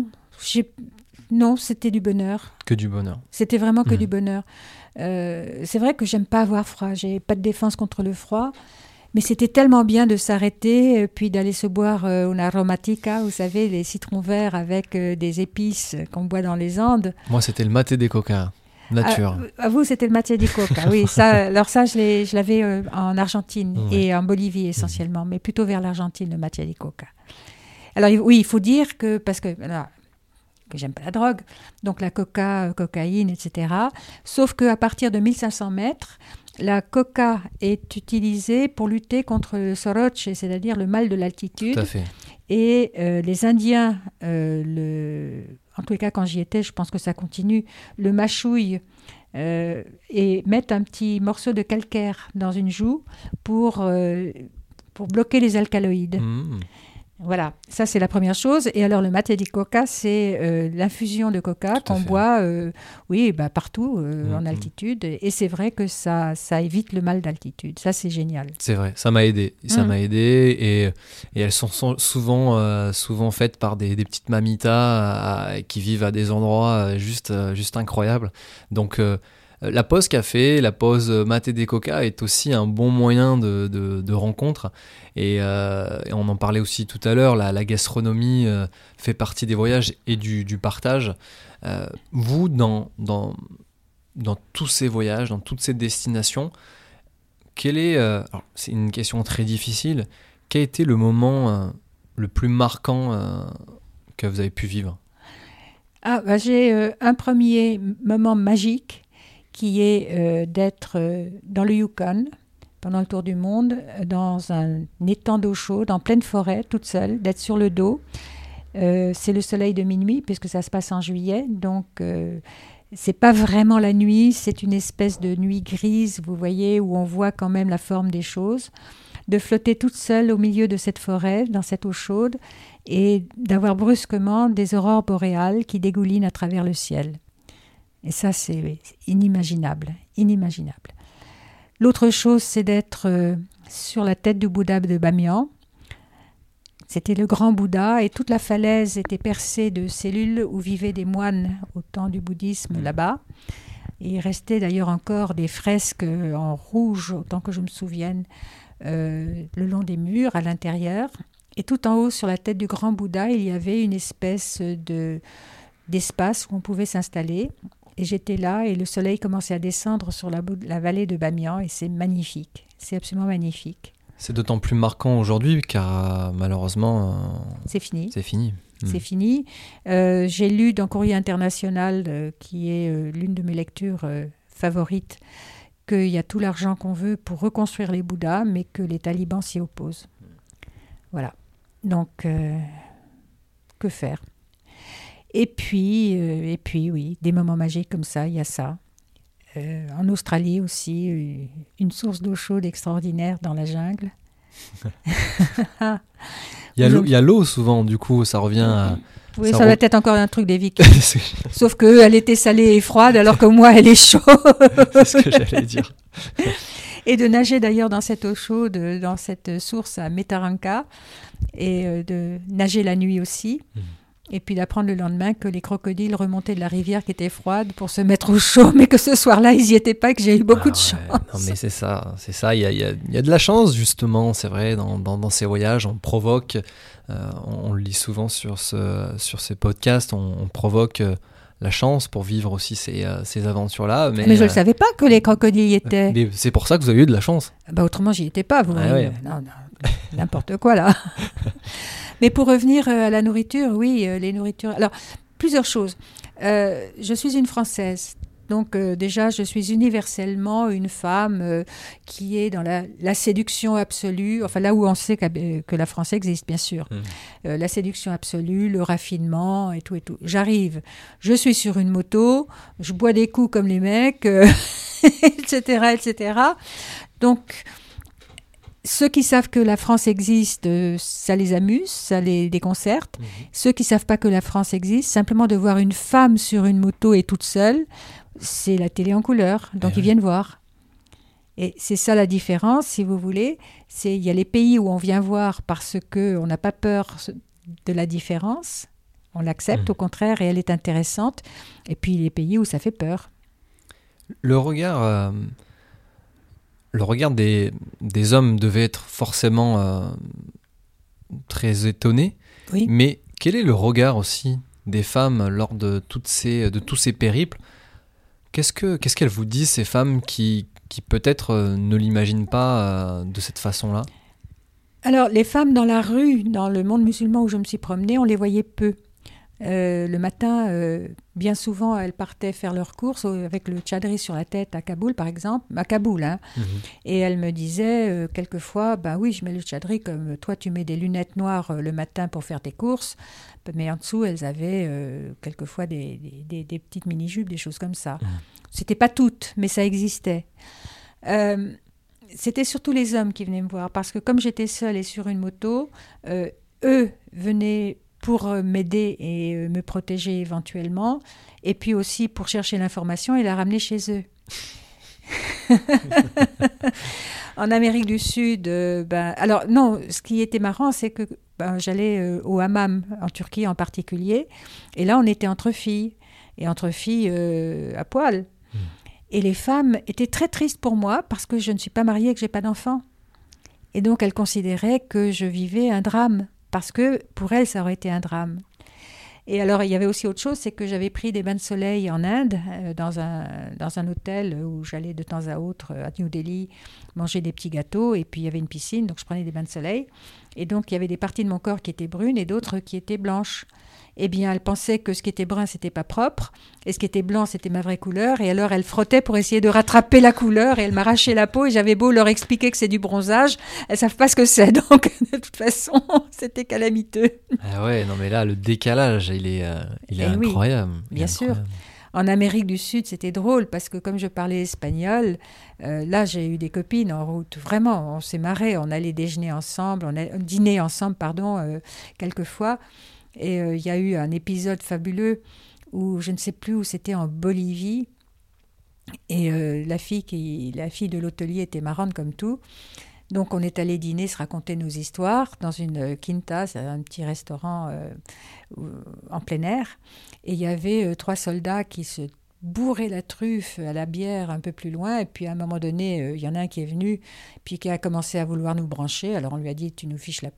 Non, c'était du bonheur. Que du bonheur. C'était vraiment que du bonheur. C'est vrai que j'aime pas avoir froid. J'ai pas de défense contre le froid. Mais c'était tellement bien de s'arrêter, puis d'aller se boire una aromatica, vous savez, les citrons verts avec des épices qu'on boit dans les Andes. Moi, c'était le maté des coca. Nature. À vous, c'était le maté di coca, oui. Alors ça, je l'avais en Argentine et en Bolivie essentiellement, mais plutôt vers l'Argentine, le maté di coca. Alors oui, il faut dire que, parce que j'aime pas la drogue, donc la cocaïne, etc. Sauf qu'à partir de 1500 mètres, la coca est utilisée pour lutter contre le soroche, c'est-à-dire le mal de l'altitude. Tout à fait. Et les Indiens, en tous les cas quand j'y étais, je pense que ça continue, le mâchouillent et mettent un petit morceau de calcaire dans une joue pour bloquer les alcaloïdes. Voilà, ça c'est la première chose. Et alors le maté di coca, c'est l'infusion de coca qu'on boit partout en altitude. Et c'est vrai que ça évite le mal d'altitude. Ça c'est génial. C'est vrai, ça m'a aidé. Ça m'a aidé et elles sont souvent faites par des petites mamitas qui vivent à des endroits juste incroyables. Donc la pause café, la pause maté des coca est aussi un bon moyen de rencontre. Et on en parlait aussi tout à l'heure, la gastronomie fait partie des voyages et du partage. Vous, dans tous ces voyages, dans toutes ces destinations, quel est, alors c'est une question très difficile, quel a été le moment le plus marquant que vous avez pu vivre ? J'ai un premier moment magique qui est d'être dans le Yukon, pendant le tour du monde, dans un étang d'eau chaude, en pleine forêt, toute seule, d'être sur le dos. C'est le soleil de minuit, puisque ça se passe en juillet, donc c'est pas vraiment la nuit, c'est une espèce de nuit grise, vous voyez, où on voit quand même la forme des choses. De flotter toute seule au milieu de cette forêt, dans cette eau chaude, et d'avoir brusquement des aurores boréales qui dégoulinent à travers le ciel. Et ça, c'est inimaginable. L'autre chose, c'est d'être sur la tête du Bouddha de Bamiyan. C'était le grand Bouddha et toute la falaise était percée de cellules où vivaient des moines au temps du bouddhisme là-bas. Et il restait d'ailleurs encore des fresques en rouge, autant que je me souvienne, le long des murs, à l'intérieur. Et tout en haut, sur la tête du grand Bouddha, il y avait une espèce d'espace où on pouvait s'installer. Et j'étais là et le soleil commençait à descendre sur la vallée de Bamiyan et c'est magnifique. C'est absolument magnifique. C'est d'autant plus marquant aujourd'hui car malheureusement... c'est fini. C'est fini. C'est fini. J'ai lu dans Courrier International, qui est l'une de mes lectures favorites, qu'il y a tout l'argent qu'on veut pour reconstruire les Bouddhas, mais que les talibans s'y opposent. Voilà. Donc, que faire ? Et puis, oui, des moments magiques comme ça, il y a ça. En Australie aussi, une source d'eau chaude extraordinaire dans la jungle. Il y a l'eau souvent, du coup, ça revient à... Oui, ça va être encore un truc des Vikings. Sauf qu'elle était salée et froide, alors que moi, elle est chaude. C'est ce que j'allais dire. Et de nager d'ailleurs dans cette eau chaude, dans cette source à Metaranka, et de nager la nuit aussi. Et puis d'apprendre le lendemain que les crocodiles remontaient de la rivière qui était froide pour se mettre au chaud, mais que ce soir-là, ils n'y étaient pas et que j'ai eu beaucoup de chance. Non, mais c'est ça. Il y a de la chance, justement, c'est vrai, dans ces voyages, on provoque, on le lit souvent sur ces podcasts, on provoque la chance pour vivre aussi ces aventures-là. Mais je ne le savais pas que les crocodiles y étaient. Mais c'est pour ça que vous avez eu de la chance. Autrement, j'y étais pas. Ouais. Non, n'importe quoi, là. Mais pour revenir à la nourriture, oui, les nourritures... Alors, plusieurs choses. Je suis une Française. Donc, déjà, je suis universellement une femme qui est dans la séduction absolue. Enfin, là où on sait que la France existe, bien sûr. La séduction absolue, le raffinement et tout et tout. J'arrive, je suis sur une moto, je bois des coups comme les mecs, etc., etc. Donc... Ceux qui savent que la France existe, ça les amuse, ça les déconcerte. Ceux qui ne savent pas que la France existe, simplement de voir une femme sur une moto et toute seule, c'est la télé en couleur. Donc ils viennent voir. Et c'est ça la différence, si vous voulez. Il y a les pays où on vient voir parce qu'on n'a pas peur de la différence. On l'accepte, au contraire, et elle est intéressante. Et puis les pays où ça fait peur. Le regard des hommes devait être forcément très étonné. Oui. Mais quel est le regard aussi des femmes lors de tous ces périples ? Qu'est-ce qu'elles vous disent, ces femmes qui peut-être ne l'imaginent pas de cette façon-là ? Alors, les femmes dans la rue, dans le monde musulman où je me suis promenée, on les voyait peu. Le matin, bien souvent, elles partaient faire leurs courses avec le tchadri sur la tête à Kaboul, par exemple. À Kaboul, hein. Et elles me disaient quelquefois, oui, je mets le tchadri comme toi, tu mets des lunettes noires le matin pour faire tes courses. Mais en dessous, elles avaient quelquefois des petites mini-jupes, des choses comme ça. C'était pas toutes, mais ça existait. C'était surtout les hommes qui venaient me voir, parce que comme j'étais seule et sur une moto, eux venaient pour m'aider et me protéger éventuellement, et puis aussi pour chercher l'information et la ramener chez eux. En Amérique du Sud, alors non, ce qui était marrant, c'est que j'allais au hammam, en Turquie en particulier, et là on était entre filles, et entre filles à poil. Et les femmes étaient très tristes pour moi, parce que je ne suis pas mariée et que je n'ai pas d'enfant. Et donc elles considéraient que je vivais un drame, parce que pour elles, ça aurait été un drame. Et alors, il y avait aussi autre chose, c'est que j'avais pris des bains de soleil en Inde, dans un hôtel où j'allais de temps à autre à New Delhi manger des petits gâteaux, et puis il y avait une piscine, donc je prenais des bains de soleil. Et donc, il y avait des parties de mon corps qui étaient brunes et d'autres qui étaient blanches. Eh bien, elles pensaient que ce qui était brun, c'était pas propre, et ce qui était blanc, c'était ma vraie couleur, et alors elles frottaient pour essayer de rattraper la couleur, et elles m'arrachaient la peau, et j'avais beau leur expliquer que c'est du bronzage, elles savent pas ce que c'est, donc de toute façon, c'était calamiteux. Ah ouais, non mais là, le décalage, il est incroyable. Oui, bien sûr. En Amérique du Sud, c'était drôle, parce que comme je parlais espagnol, là, j'ai eu des copines en route, vraiment, on s'est marré, on allait dîner ensemble, quelquefois. Et il y a eu un épisode fabuleux où je ne sais plus où c'était, en Bolivie, et la fille de l'hôtelier était marrante comme tout. Donc on est allé dîner, se raconter nos histoires dans une quinta, c'est un petit restaurant en plein air, et il y avait 3 soldats qui se bourraient la truffe à la bière un peu plus loin, et puis à un moment donné, il y en a un qui est venu, puis qui a commencé à vouloir nous brancher, alors on lui a dit « tu nous fiches la paix ».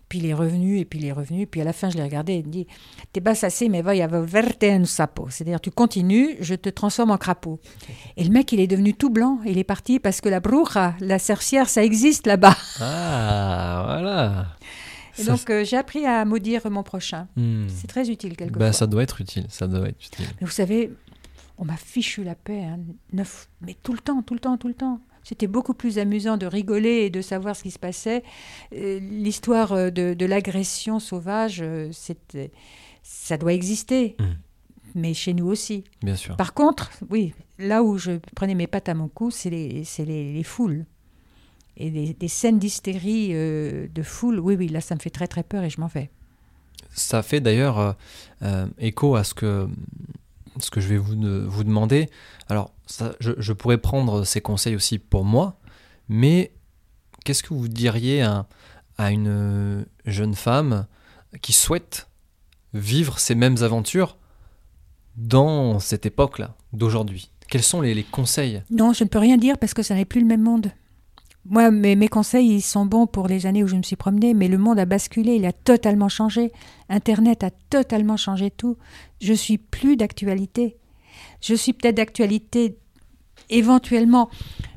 Puis il est revenu, et puis à la fin, je l'ai regardé, et il me dit « Te vas así, me voy a volverte en sapo ». C'est-à-dire, tu continues, je te transforme en crapaud. Et le mec, il est devenu tout blanc, il est parti parce que la bruja, la sorcière, ça existe là-bas. Ah, voilà. Et donc, j'ai appris à maudire mon prochain. C'est très utile, quelquefois. Ça doit être utile, Mais vous savez, on m'a fichu la paix, mais tout le temps. C'était beaucoup plus amusant de rigoler et de savoir ce qui se passait. L'histoire de l'agression sauvage, ça doit exister, mais chez nous aussi. Bien sûr. Par contre, oui, là où je prenais mes pattes à mon cou, c'est les foules. Et des scènes d'hystérie de foule, oui, là, ça me fait très, très peur et je m'en vais. Ça fait d'ailleurs écho à ce que je vais vous demander. Alors, je pourrais prendre ces conseils aussi pour moi, mais qu'est-ce que vous diriez à une jeune femme qui souhaite vivre ces mêmes aventures dans cette époque-là, d'aujourd'hui? Quels sont les conseils? Non, je ne peux rien dire parce que ça n'est plus le même monde. Moi, mes conseils, ils sont bons pour les années où je me suis promenée, mais le monde a basculé, il a totalement changé. Internet a totalement changé tout. Je suis plus d'actualité. Je suis peut-être d'actualité éventuellement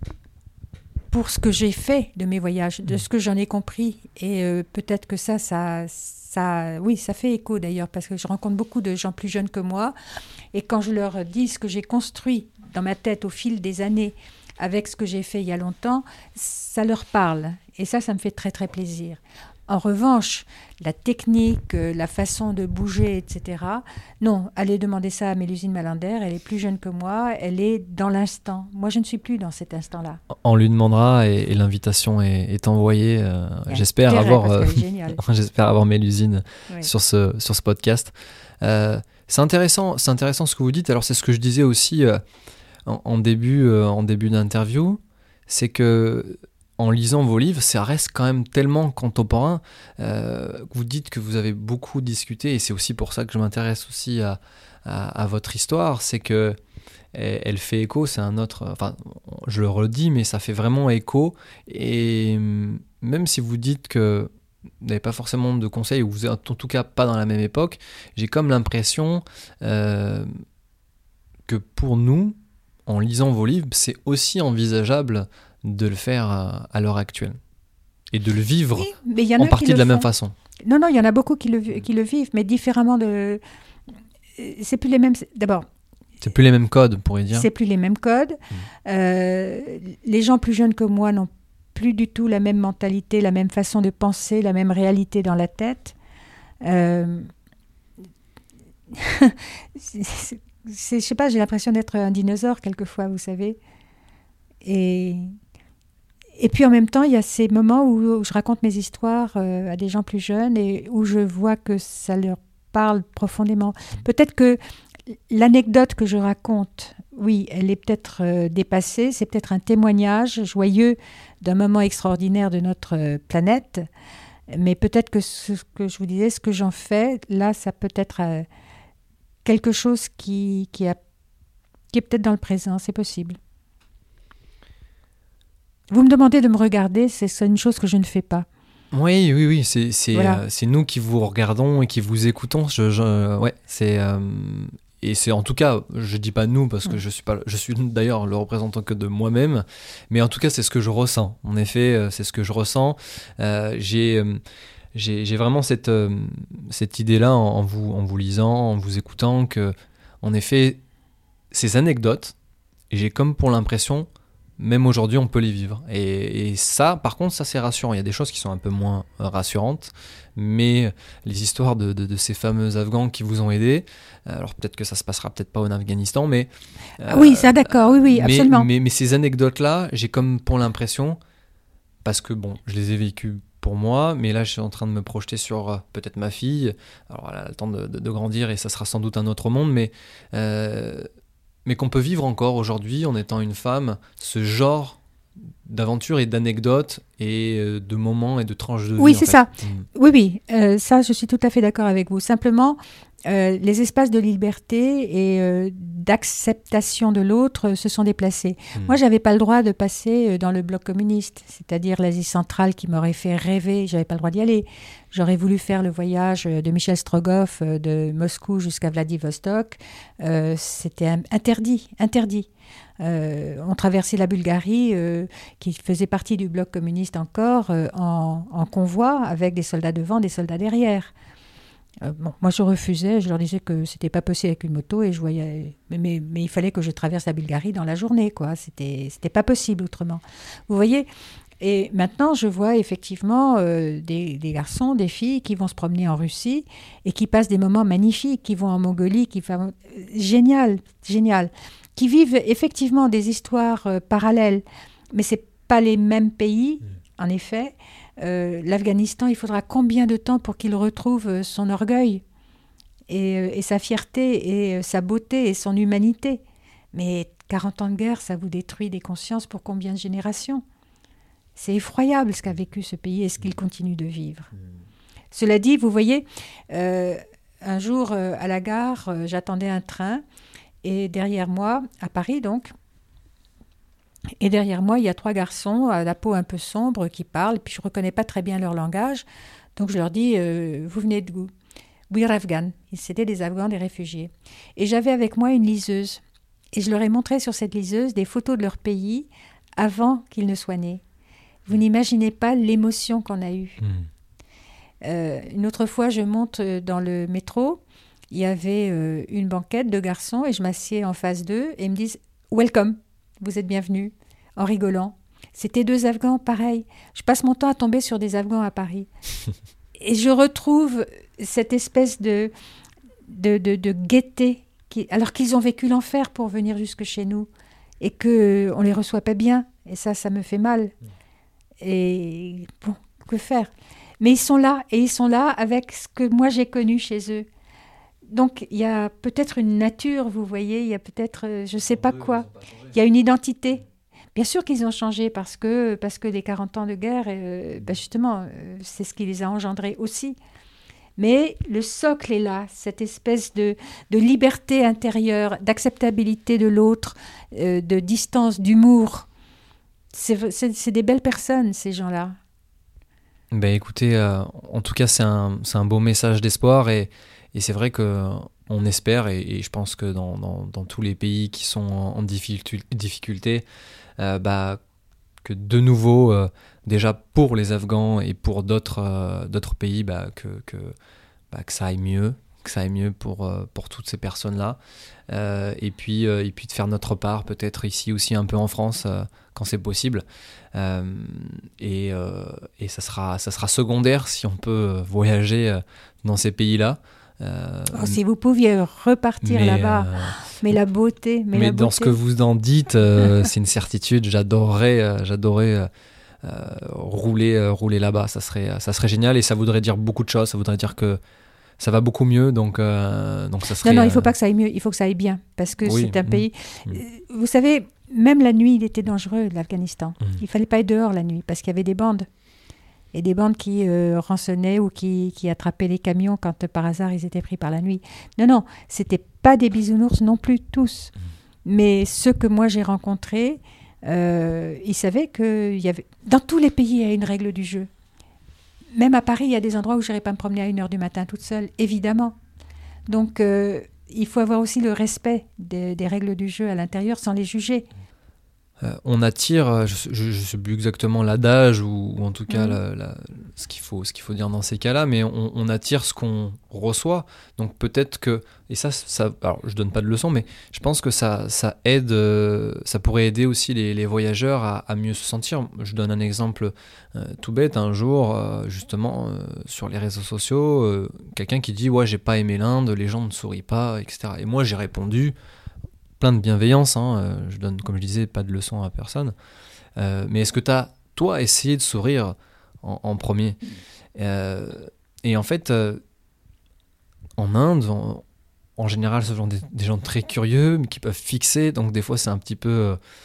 pour ce que j'ai fait de mes voyages, de ce que j'en ai compris. Et peut-être que ça fait écho d'ailleurs, parce que je rencontre beaucoup de gens plus jeunes que moi. Et quand je leur dis ce que j'ai construit dans ma tête au fil des années, avec ce que j'ai fait il y a longtemps, ça leur parle. Et ça me fait très, très plaisir. En revanche, la technique, la façon de bouger, etc., non, allez demander ça à Mélusine Malander, elle est plus jeune que moi, elle est dans l'instant. Moi, je ne suis plus dans cet instant-là. On lui demandera et l'invitation est envoyée. J'espère avoir Mélusine sur ce podcast. C'est intéressant ce que vous dites. Alors, c'est ce que je disais aussi en début d'interview, c'est que en lisant vos livres, ça reste quand même tellement contemporain. Vous dites que vous avez beaucoup discuté, et c'est aussi pour ça que je m'intéresse aussi à votre histoire, c'est que elle fait écho, c'est un autre... Enfin, je le redis, mais ça fait vraiment écho, et même si vous dites que vous n'avez pas forcément de conseils, ou vous êtes en tout cas pas dans la même époque, j'ai comme l'impression que pour nous, en lisant vos livres, c'est aussi envisageable de le faire à l'heure actuelle et de le vivre en partie de la même façon. Non, il y en a beaucoup qui le vivent, mais différemment c'est plus les mêmes... D'abord, c'est plus les mêmes codes, on pourrait dire. C'est plus les mêmes codes. Les gens plus jeunes que moi n'ont plus du tout la même mentalité, la même façon de penser, la même réalité dans la tête. Je sais pas, j'ai l'impression d'être un dinosaure quelquefois, vous savez. Et puis en même temps, il y a ces moments où je raconte mes histoires à des gens plus jeunes et où je vois que ça leur parle profondément. Peut-être que l'anecdote que je raconte, oui, elle est peut-être dépassée, c'est peut-être un témoignage joyeux d'un moment extraordinaire de notre planète, mais peut-être que ce que je vous disais, ce que j'en fais, là, ça peut être... quelque chose qui est peut-être dans le présent, c'est possible. Vous me demandez de me regarder, c'est une chose que je ne fais pas. Oui, c'est nous qui vous regardons et qui vous écoutons. Et c'est en tout cas, je dis pas nous parce que je suis d'ailleurs le représentant que de moi-même, mais en tout cas c'est ce que je ressens. En effet, c'est ce que je ressens. J'ai vraiment cette idée-là en vous lisant, en vous écoutant, que, en effet, ces anecdotes, j'ai comme pour l'impression, même aujourd'hui, on peut les vivre. Et ça, par contre, ça c'est rassurant. Il y a des choses qui sont un peu moins rassurantes, mais les histoires de ces fameux Afghans qui vous ont aidé, alors peut-être que ça se passera peut-être pas en Afghanistan, mais... oui, ça d'accord, oui, absolument. Mais ces anecdotes-là, j'ai comme pour l'impression, parce que bon, je les ai vécues pour moi, mais là je suis en train de me projeter sur peut-être ma fille. Alors elle a le temps de grandir et ça sera sans doute un autre monde, mais qu'on peut vivre encore aujourd'hui en étant une femme, ce genre d'aventures et d'anecdotes et de moments et de tranches de vie. Oui, c'est ça. Oui, ça je suis tout à fait d'accord avec vous. Simplement, les espaces de liberté et d'acceptation de l'autre se sont déplacés. Moi, j'avais pas le droit de passer dans le bloc communiste, c'est-à-dire l'Asie centrale qui m'aurait fait rêver. J'avais pas le droit d'y aller. J'aurais voulu faire le voyage de Michel Strogoff de Moscou jusqu'à Vladivostok. C'était interdit. On traversait la Bulgarie, qui faisait partie du bloc communiste encore, en convoi avec des soldats devant, des soldats derrière. Moi, je refusais, je leur disais que c'était pas possible avec une moto et je voyais, mais il fallait que je traverse la Bulgarie dans la journée, quoi. C'était pas possible autrement. Vous voyez. Et maintenant, je vois effectivement des garçons, des filles qui vont se promener en Russie et qui passent des moments magnifiques, qui vont en Mongolie, génial, qui vivent effectivement des histoires parallèles, mais c'est pas les mêmes pays, en effet. L'Afghanistan, il faudra combien de temps pour qu'il retrouve son orgueil et sa fierté et sa beauté et son humanité. Mais 40 ans de guerre, ça vous détruit des consciences pour combien de générations ? C'est effroyable ce qu'a vécu ce pays et ce qu'il continue de vivre. Cela dit, vous voyez, un jour à la gare, j'attendais un train et derrière moi, à Paris donc, et derrière moi, il y a 3 garçons à la peau un peu sombre qui parlent, puis je ne reconnais pas très bien leur langage. Donc je leur dis, vous venez d'où ? We're Afghans. C'était des Afghans, des réfugiés. Et j'avais avec moi une liseuse. Et je leur ai montré sur cette liseuse des photos de leur pays avant qu'ils ne soient nés. Vous n'imaginez pas l'émotion qu'on a eue. Une autre fois, je monte dans le métro. Il y avait une banquette de garçons et je m'assieds en face d'eux et ils me disent « Welcome ». Vous êtes bienvenus, en rigolant. C'était 2 Afghans, pareil. Je passe mon temps à tomber sur des Afghans à Paris. Et je retrouve cette espèce de gaieté, alors qu'ils ont vécu l'enfer pour venir jusque chez nous, et qu'on ne les reçoit pas bien. Et ça me fait mal. Et bon, que faire ? Mais ils sont là, et ils sont là avec ce que moi j'ai connu chez eux. Donc, il y a peut-être une nature, vous voyez, il y a peut-être, je ne sais pas quoi. Il y a une identité. Bien sûr qu'ils ont changé parce que les 40 ans de guerre, justement, c'est ce qui les a engendrés aussi. Mais le socle est là, cette espèce de liberté intérieure, d'acceptabilité de l'autre, de distance, d'humour. C'est des belles personnes, ces gens-là. Ben écoutez, en tout cas, c'est un beau message d'espoir et c'est vrai qu'on espère, et je pense que dans tous les pays qui sont en difficulté, que de nouveau, déjà pour les Afghans et pour d'autres pays, que ça aille mieux pour toutes ces personnes-là. Et puis de faire notre part, peut-être ici aussi un peu en France, quand c'est possible. Et ça sera secondaire si on peut voyager dans ces pays-là. Si vous pouviez repartir là-bas, mais la beauté. Mais dans ce que vous en dites, c'est une certitude. J'adorerais rouler là-bas. Ça serait génial et ça voudrait dire beaucoup de choses. Ça voudrait dire que ça va beaucoup mieux. Donc ça serait. Non, il ne faut pas que ça aille mieux. Il faut que ça aille bien parce que c'est un pays. Vous savez, même la nuit, il était dangereux, l'Afghanistan. Il ne fallait pas être dehors la nuit parce qu'il y avait des bandes. Et des bandes qui rançonnaient ou qui attrapaient les camions quand par hasard ils étaient pris par la nuit. Non, c'était pas des bisounours non plus tous. Mais ceux que moi j'ai rencontrés, ils savaient que dans tous les pays il y a une règle du jeu. Même à Paris, il y a des endroits où je n'irais pas me promener à 1h du matin toute seule, évidemment. Donc il faut avoir aussi le respect des règles du jeu à l'intérieur sans les juger. On attire, je ne sais plus exactement l'adage ou en tout cas ce qu'il faut dire dans ces cas-là, mais on attire ce qu'on reçoit. Donc peut-être que, et ça alors je donne pas de leçon, mais je pense que ça aide, ça pourrait aider aussi les voyageurs à mieux se sentir. Je donne un exemple tout bête. Un jour, justement, sur les réseaux sociaux, quelqu'un qui dit « Ouais, j'ai pas aimé l'Inde, les gens ne sourient pas, etc. » Et moi j'ai répondu plein de bienveillance, je donne, comme je disais, pas de leçons à personne. Mais est-ce que tu as, toi, essayé de sourire en premier ? Et en fait, en Inde, en général, ce sont des gens très curieux, qui peuvent fixer, donc des fois c'est un petit peu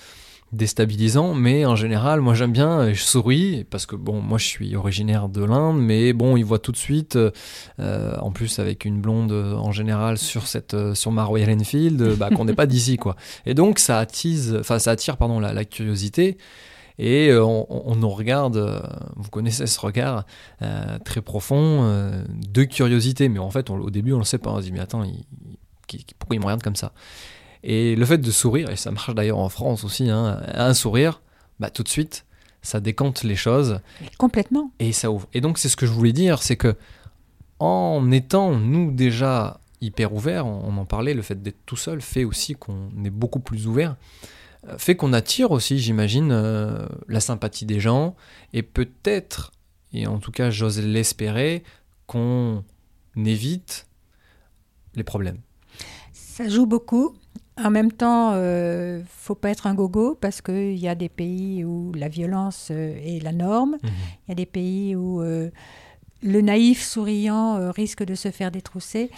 déstabilisant, mais en général, moi j'aime bien, je souris, parce que bon, moi je suis originaire de l'Inde, mais bon, ils voient tout de suite, en plus avec une blonde en général sur ma Royal Enfield, qu'on n'est pas d'ici, quoi. Et donc ça attire, la curiosité, et on nous regarde, vous connaissez ce regard très profond de curiosité, mais en fait, au début, on le sait pas, on se dit, mais attends, pourquoi il me regarde comme ça? Et le fait de sourire, et ça marche d'ailleurs en France aussi, un sourire, tout de suite, ça décante les choses. Mais complètement. Et ça ouvre. Et donc, c'est ce que je voulais dire, c'est que en étant, nous, déjà hyper ouverts, on en parlait, le fait d'être tout seul fait aussi qu'on est beaucoup plus ouvert, fait qu'on attire aussi, j'imagine, la sympathie des gens, et peut-être, et en tout cas, j'ose l'espérer, qu'on évite les problèmes. Ça joue beaucoup. En même temps, faut pas être un gogo parce qu'il y a des pays où la violence est la norme. Il y a des pays où le naïf souriant risque de se faire détrousser.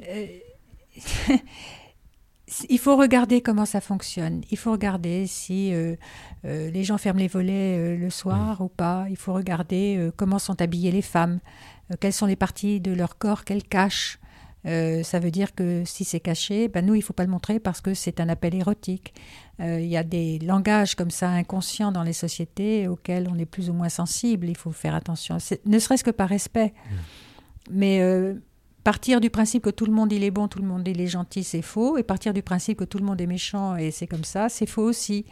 Il faut regarder comment ça fonctionne. Il faut regarder si les gens ferment les volets le soir ou pas. Il faut regarder comment sont habillées les femmes, quelles sont les parties de leur corps qu'elles cachent. Ça veut dire que si c'est caché, nous, il ne faut pas le montrer parce que c'est un appel érotique. Il y a des langages comme ça inconscients dans les sociétés auxquels on est plus ou moins sensible. Il faut faire attention, ne serait-ce que par respect. Mais partir du principe que tout le monde il est bon, tout le monde il est gentil, c'est faux. Et partir du principe que tout le monde est méchant et c'est comme ça, c'est faux aussi.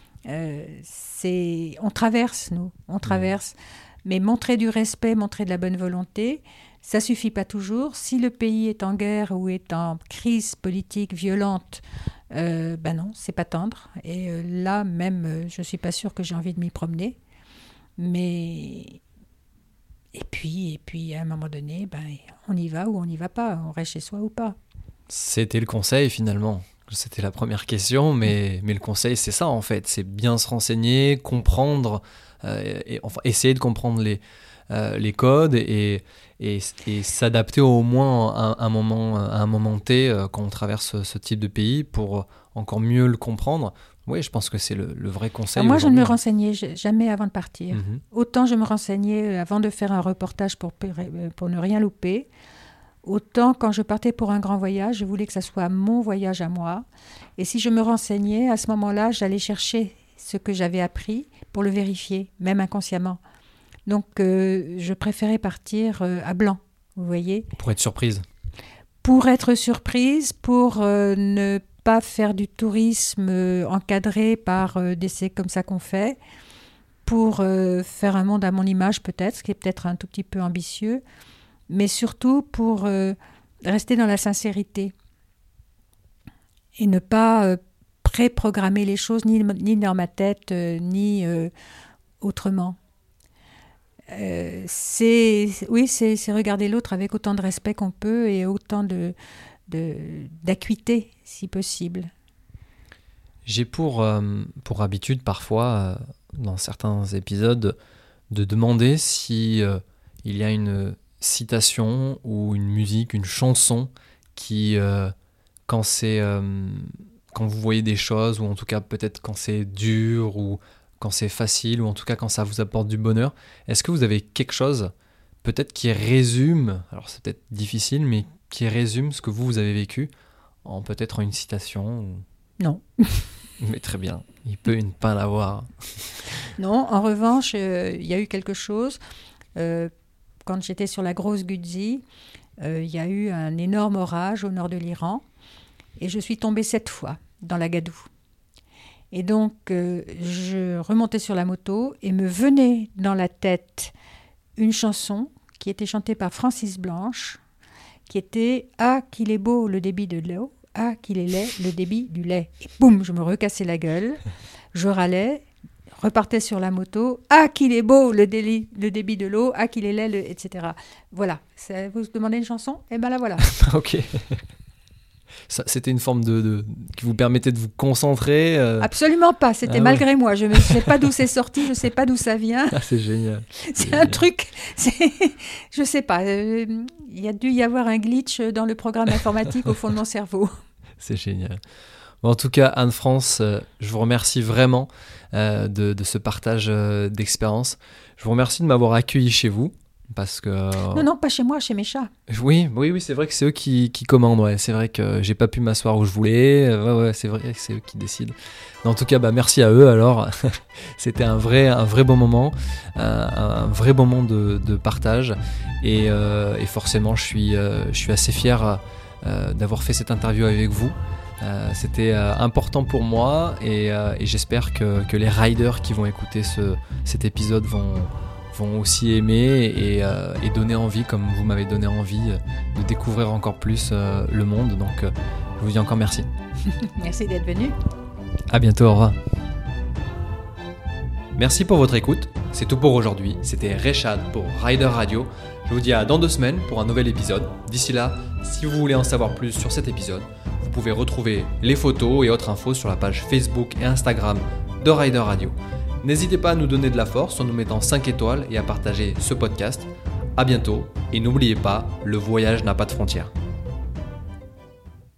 On traverse, nous. On traverse. Mais montrer du respect, montrer de la bonne volonté, ça suffit pas toujours. Si le pays est en guerre ou est en crise politique violente, non, c'est pas tendre. Et là même, je suis pas sûre que j'ai envie de m'y promener. Mais et puis à un moment donné, on y va ou on n'y va pas, on reste chez soi ou pas. C'était le conseil finalement. C'était la première question, mais le conseil c'est ça en fait, c'est bien se renseigner, comprendre, essayer de comprendre les codes et s'adapter au moins à un moment T quand on traverse ce type de pays pour encore mieux le comprendre. Oui, je pense que c'est le vrai conseil. Alors moi, je ne me renseignais jamais avant de partir. Autant je me renseignais avant de faire un reportage pour ne rien louper, autant quand je partais pour un grand voyage, je voulais que ça soit mon voyage à moi. Et si je me renseignais, à ce moment-là, j'allais chercher ce que j'avais appris pour le vérifier, même inconsciemment. Donc, je préférais partir à blanc, vous voyez. Pour être surprise. Pour être surprise, pour ne pas faire du tourisme encadré par c'est comme ça qu'on fait, pour faire un monde à mon image peut-être, ce qui est peut-être un tout petit peu ambitieux, mais surtout pour rester dans la sincérité et ne pas préprogrammer les choses ni dans ma tête, ni autrement. C'est regarder l'autre avec autant de respect qu'on peut et autant d'acuité, si possible. J'ai pour habitude parfois, dans certains épisodes, de demander si il y a une citation ou une musique, une chanson qui, quand vous voyez des choses, ou en tout cas peut-être quand c'est dur, ou quand c'est facile, ou en tout cas quand ça vous apporte du bonheur, est-ce que vous avez quelque chose peut-être qui résume, alors c'est peut-être difficile, mais qui résume ce que vous avez vécu en peut-être une citation ou... Non. Mais très bien, il peut ne pas l'avoir. Non, en revanche, il y a eu quelque chose. Quand j'étais sur la grosse Gudzi, il y a eu un énorme orage au nord de l'Iran et je suis tombée 7 fois dans la gadoue. Et donc, je remontais sur la moto et me venait dans la tête une chanson qui était chantée par Francis Blanche, qui était « Ah, qu'il est beau le débit de l'eau, ah, qu'il est laid le débit du lait ». Et boum, je me recassais la gueule, je râlais, repartais sur la moto « Ah, qu'il est beau le débit de l'eau, ah, qu'il est laid, etc. » Voilà. Vous demandez une chanson ? Eh bien, la voilà. Ok. Ça, c'était une forme qui vous permettait de vous concentrer Absolument pas, c'était malgré moi. Je ne sais pas d'où c'est sorti, je ne sais pas d'où ça vient. Ah, c'est génial. C'est un truc, je ne sais pas. Il y a dû y avoir un glitch dans le programme informatique au fond de mon cerveau. C'est génial. En tout cas, Anne-France, je vous remercie vraiment de ce partage d'expérience. Je vous remercie de m'avoir accueilli chez vous. Parce que... Non, pas chez moi, chez mes chats. Oui, c'est vrai que c'est eux qui commandent. Ouais. C'est vrai que j'ai pas pu m'asseoir où je voulais. Ouais, c'est vrai que c'est eux qui décident. Mais en tout cas, merci à eux alors. C'était un vrai bon moment, un vrai moment de partage. Et forcément, je suis assez fier d'avoir fait cette interview avec vous. C'était important pour moi et j'espère que les riders qui vont écouter cet épisode vont aussi aimer et donner envie, comme vous m'avez donné envie, de découvrir encore plus le monde. Donc, je vous dis encore merci. Merci d'être venu. À bientôt, au revoir. Merci pour votre écoute. C'est tout pour aujourd'hui. C'était Rechad pour Rider Radio. Je vous dis à dans 2 semaines pour un nouvel épisode. D'ici là, si vous voulez en savoir plus sur cet épisode, vous pouvez retrouver les photos et autres infos sur la page Facebook et Instagram de Rider Radio. N'hésitez pas à nous donner de la force en nous mettant 5 étoiles et à partager ce podcast. À bientôt et n'oubliez pas, le voyage n'a pas de frontières.